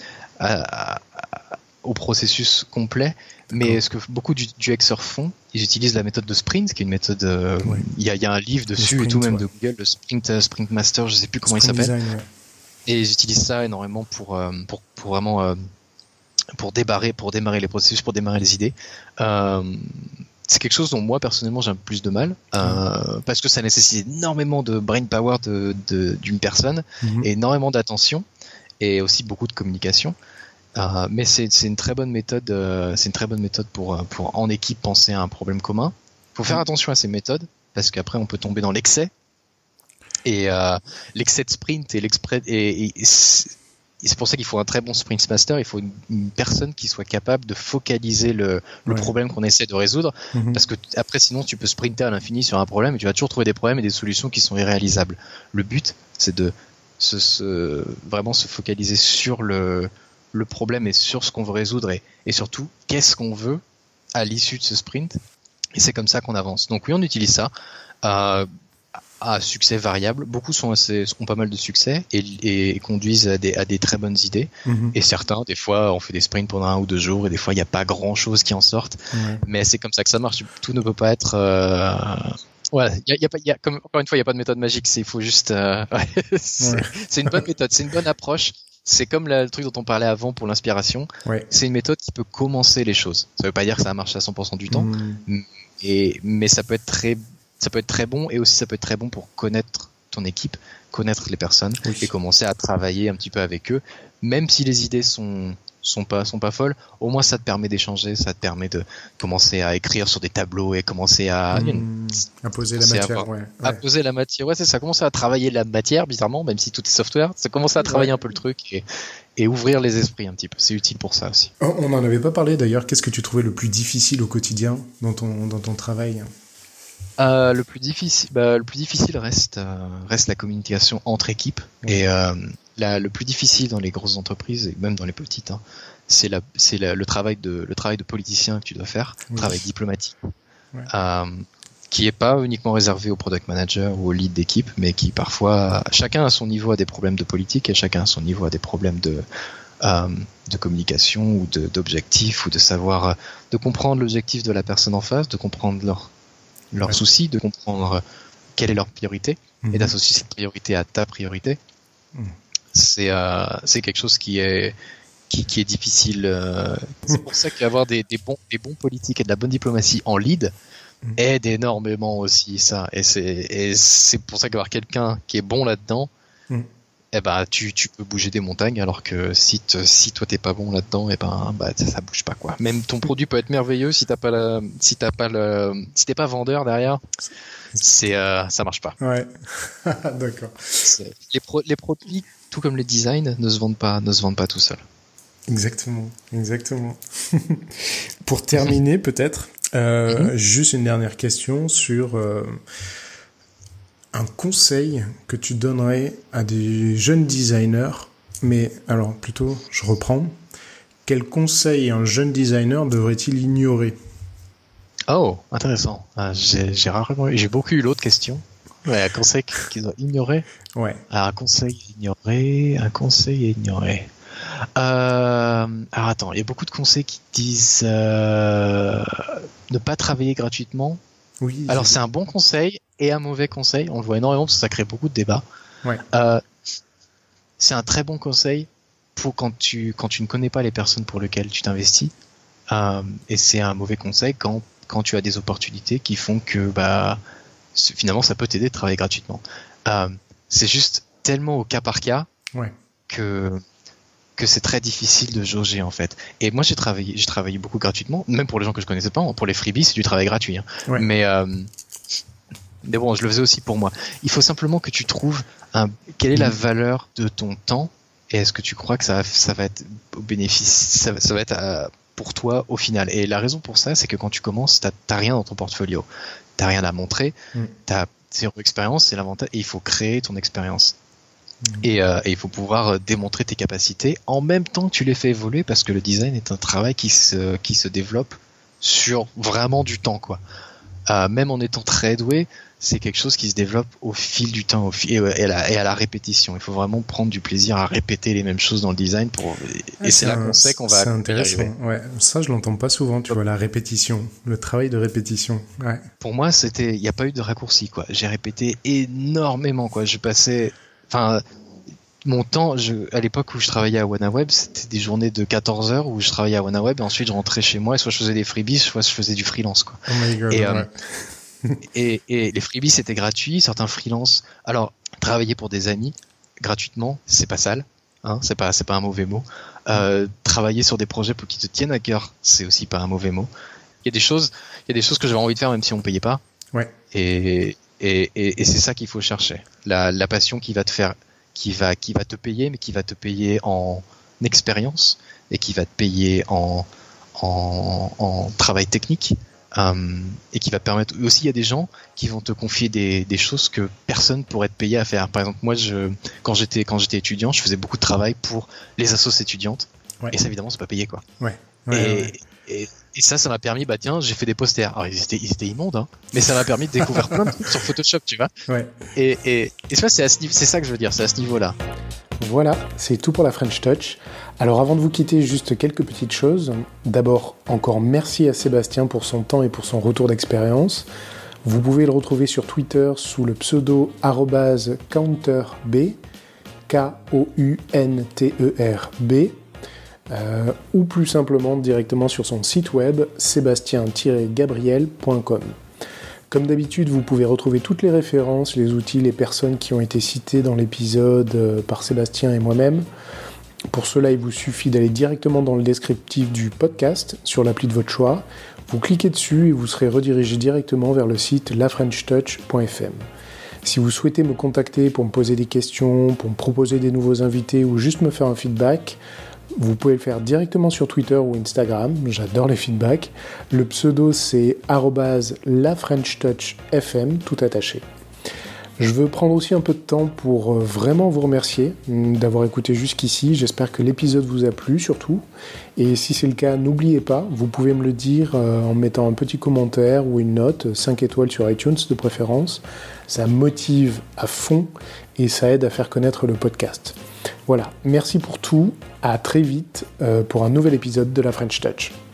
à, à, au processus complet. Mais ce que beaucoup d'UXers font, ils utilisent la méthode de Sprint, qui est une méthode. Euh, ouais. Il y a, il y a un livre dessus sprint, et tout, même ouais. de Google, le Sprint, uh, Sprint Master, je sais plus comment Sprint il s'appelle. Design, ouais. Et ils utilisent ça énormément pour euh, pour pour vraiment euh, pour débarrer, pour démarrer les processus, pour démarrer les idées. Euh, c'est quelque chose dont moi personnellement j'ai un peu plus de mal euh, mmh. parce que ça nécessite énormément de brain power de, de d'une personne, mmh. et énormément d'attention et aussi beaucoup de communication. Euh, mais c'est, c'est une très bonne méthode. Euh, c'est une très bonne méthode pour pour en équipe penser à un problème commun. Faut faire attention à ces méthodes parce qu'après on peut tomber dans l'excès et euh, l'excès de sprint et l'exprès et, et, et c'est pour ça qu'il faut un très bon sprint master. Il faut une, une personne qui soit capable de focaliser le, le ouais. problème qu'on essaie de résoudre, mm-hmm. parce que après sinon tu peux sprinter à l'infini sur un problème et tu vas toujours trouver des problèmes et des solutions qui sont irréalisables. Le but c'est de se, se vraiment se focaliser sur le le problème est sur ce qu'on veut résoudre et, et surtout qu'est-ce qu'on veut à l'issue de ce sprint, et c'est comme ça qu'on avance. Donc oui, on utilise ça euh, à succès variable. Beaucoup sont assez, ont pas mal de succès et, et conduisent à des, à des très bonnes idées. Mm-hmm. Et certains, des fois, on fait des sprints pendant un ou deux jours et des fois il n'y a pas grand chose qui en sorte. Mm-hmm. Mais c'est comme ça que ça marche. Tout ne peut pas être euh, voilà, il y a, y a pas, y a, comme encore une fois, il y a pas de méthode magique. C'est, il faut juste, euh, c'est, ouais. c'est une bonne méthode, c'est une bonne approche. C'est comme la, le truc dont on parlait avant pour l'inspiration. Ouais. C'est une méthode qui peut commencer les choses. Ça veut pas dire que ça marche à cent pour cent du temps, mmh. et, mais ça peut être très, ça peut être très bon, et aussi ça peut être très bon pour connaître ton équipe, connaître les personnes, oui. et commencer à travailler un petit peu avec eux. Même si les idées sont, sont pas, sont pas folles, au moins ça te permet d'échanger, ça te permet de commencer à écrire sur des tableaux et commencer à, mmh. à poser la matière, à, ouais. ouais. à poser la matière. Ouais, c'est ça. Commencer à travailler la matière, bizarrement, même si tout est software, ça commence à travailler ouais. un peu le truc et, et ouvrir les esprits un petit peu. C'est utile pour ça aussi. On n'en avait pas parlé d'ailleurs. Qu'est-ce que tu trouvais le plus difficile au quotidien dans ton, dans ton travail? Euh, le plus difficile, bah, le plus difficile reste, euh, reste la communication entre équipes. Ouais. Et euh, la, le plus difficile dans les grosses entreprises et même dans les petites, hein, c'est, la, c'est la, le travail de, le travail de politicien que tu dois faire, oui. le travail diplomatique, ouais. euh, qui est pas uniquement réservé au product manager ou au lead d'équipe, mais qui parfois, chacun à son niveau a des problèmes de politique et chacun à son niveau a des problèmes de, euh, de communication ou de, d'objectifs ou de savoir, de comprendre l'objectif de la personne en face, de comprendre leur leurs ouais. soucis, de comprendre quelle est leur priorité mmh. et d'associer cette priorité à ta priorité. Mmh. C'est euh, c'est quelque chose qui est qui, qui est difficile. Euh, c'est pour ça qu'avoir des, des bons des bons politiques et de la bonne diplomatie en lead mmh. aide énormément aussi ça. Et c'est et c'est pour ça qu'avoir quelqu'un qui est bon là-dedans, mmh. eh ben tu tu peux bouger des montagnes, alors que si te, si toi t'es pas bon là-dedans, eh ben bah ça, ça bouge pas quoi. Même ton produit peut être merveilleux, si t'as pas la si t'as pas le si t'es pas vendeur derrière, c'est euh, ça marche pas. Ouais. D'accord. C'est, les pro, les produits, tout comme les designs, ne se vendent pas ne se vendent pas tout seuls. Exactement, exactement. Pour terminer peut-être, euh, mm-hmm. juste une dernière question sur euh, un conseil que tu donnerais à des jeunes designers Mais alors, plutôt, je reprends. Quel conseil un jeune designer devrait-il ignorer ? Oh, intéressant. Ah, j'ai, j'ai rarement, j'ai beaucoup eu l'autre question. Ouais, un conseil qu'ils doivent ignorer. Ouais. Alors, un conseil à ignorer, un conseil à ignorer. Euh, alors attends, il y a beaucoup de conseils qui disent euh, ne pas travailler gratuitement. Oui. Alors c'est un bon conseil et un mauvais conseil. On le voit énormément parce que ça crée beaucoup de débats. Ouais. Euh, c'est un très bon conseil pour quand tu quand tu ne connais pas les personnes pour lesquelles tu t'investis. Euh, et c'est un mauvais conseil quand quand tu as des opportunités qui font que bah finalement ça peut t'aider de travailler gratuitement. Euh, c'est juste tellement au cas par cas ouais. que que c'est très difficile de jauger en fait. Et moi j'ai travaillé, j'ai travaillé beaucoup gratuitement, même pour les gens que je connaissais pas. Pour les freebies, c'est du travail gratuit. Hein. Ouais. Mais euh, mais bon, je le faisais aussi pour moi. Il faut simplement que tu trouves un, quelle est la valeur de ton temps et est-ce que tu crois que ça ça va être au bénéfice, ça, ça va être à, pour toi au final. Et la raison pour ça, c'est que quand tu commences, t'as, t'as rien dans ton portfolio, t'as rien à montrer, mm. t'as zéro expérience, c'est l'avantage. Et il faut créer ton expérience. Et, euh, et il faut pouvoir démontrer tes capacités en même temps que tu les fais évoluer parce que le design est un travail qui se qui se développe sur vraiment du temps quoi. Euh, même en étant très doué, c'est quelque chose qui se développe au fil du temps, au fil, et, à la, et à la répétition. Il faut vraiment prendre du plaisir à répéter les mêmes choses dans le design pour et, ah, et c'est, c'est là qu'on sait qu'on va. C'est intéressant. Ouais, ça je l'entends pas souvent. Tu vois la répétition, le travail de répétition. Ouais. Pour moi, c'était, il y a pas eu de raccourci quoi. J'ai répété énormément quoi. Je passais Enfin, mon temps, je, à l'époque où je travaillais à WanaWeb, c'était des journées de quatorze heures où je travaillais à WanaWeb et ensuite je rentrais chez moi et soit je faisais des freebies, soit je faisais du freelance, quoi. Oh my God, et, ouais. euh, et, et les freebies c'était gratuit, certains freelance. Alors, travailler pour des amis gratuitement, c'est pas sale, hein, c'est pas, c'est pas un mauvais mot. Euh, travailler sur des projets pour qui te tiennent à cœur, c'est aussi pas un mauvais mot. Il y a des choses, il y a des choses que j'avais envie de faire même si on me payait pas. Ouais. Et, et, et, et c'est ça qu'il faut chercher. La, la passion qui va te faire, qui va, qui va te payer, mais qui va te payer en expérience et qui va te payer en, en, en travail technique. Euh, et qui va te permettre aussi, il y a des gens qui vont te confier des, des choses que personne pourrait te payer à faire. Par exemple, moi, je, quand j'étais, quand j'étais étudiant, je faisais beaucoup de travail pour les assos étudiantes. Ouais. Et ça, évidemment, c'est pas payé, quoi. Ouais. Ouais, et, ouais. Et, et ça, ça m'a permis, bah tiens, j'ai fait des posters. Alors, ils étaient, ils étaient immondes, hein, mais ça m'a permis de découvrir plein de trucs sur Photoshop, tu vois. Ouais. Et, et, et ça, c'est, à ce, c'est ça que je veux dire, c'est à ce niveau-là. Voilà, c'est tout pour la French Touch. Alors avant de vous quitter, juste quelques petites choses. D'abord, encore merci à Sébastien pour son temps et pour son retour d'expérience. Vous pouvez le retrouver sur Twitter sous le pseudo arobase counterb, K O U N T E R B, euh, ou plus simplement directement sur son site web sébastien tiret gabriel point com. Comme d'habitude, vous pouvez retrouver toutes les références, les outils, les personnes qui ont été citées dans l'épisode par Sébastien et moi-même. Pour cela, il vous suffit d'aller directement dans le descriptif du podcast sur l'appli de votre choix. Vous cliquez dessus et vous serez redirigé directement vers le site la french touch point f m. Si vous souhaitez me contacter pour me poser des questions, pour me proposer des nouveaux invités ou juste me faire un feedback, vous pouvez le faire directement sur Twitter ou Instagram, j'adore les feedbacks. Le pseudo c'est arobase la french touch f m, tout attaché. Je veux prendre aussi un peu de temps pour vraiment vous remercier d'avoir écouté jusqu'ici. J'espère que l'épisode vous a plu surtout. Et si c'est le cas, n'oubliez pas, vous pouvez me le dire en mettant un petit commentaire ou une note, cinq étoiles sur iTunes de préférence. Ça motive à fond et ça aide à faire connaître le podcast. Voilà, merci pour tout. À très vite pour un nouvel épisode de la French Touch.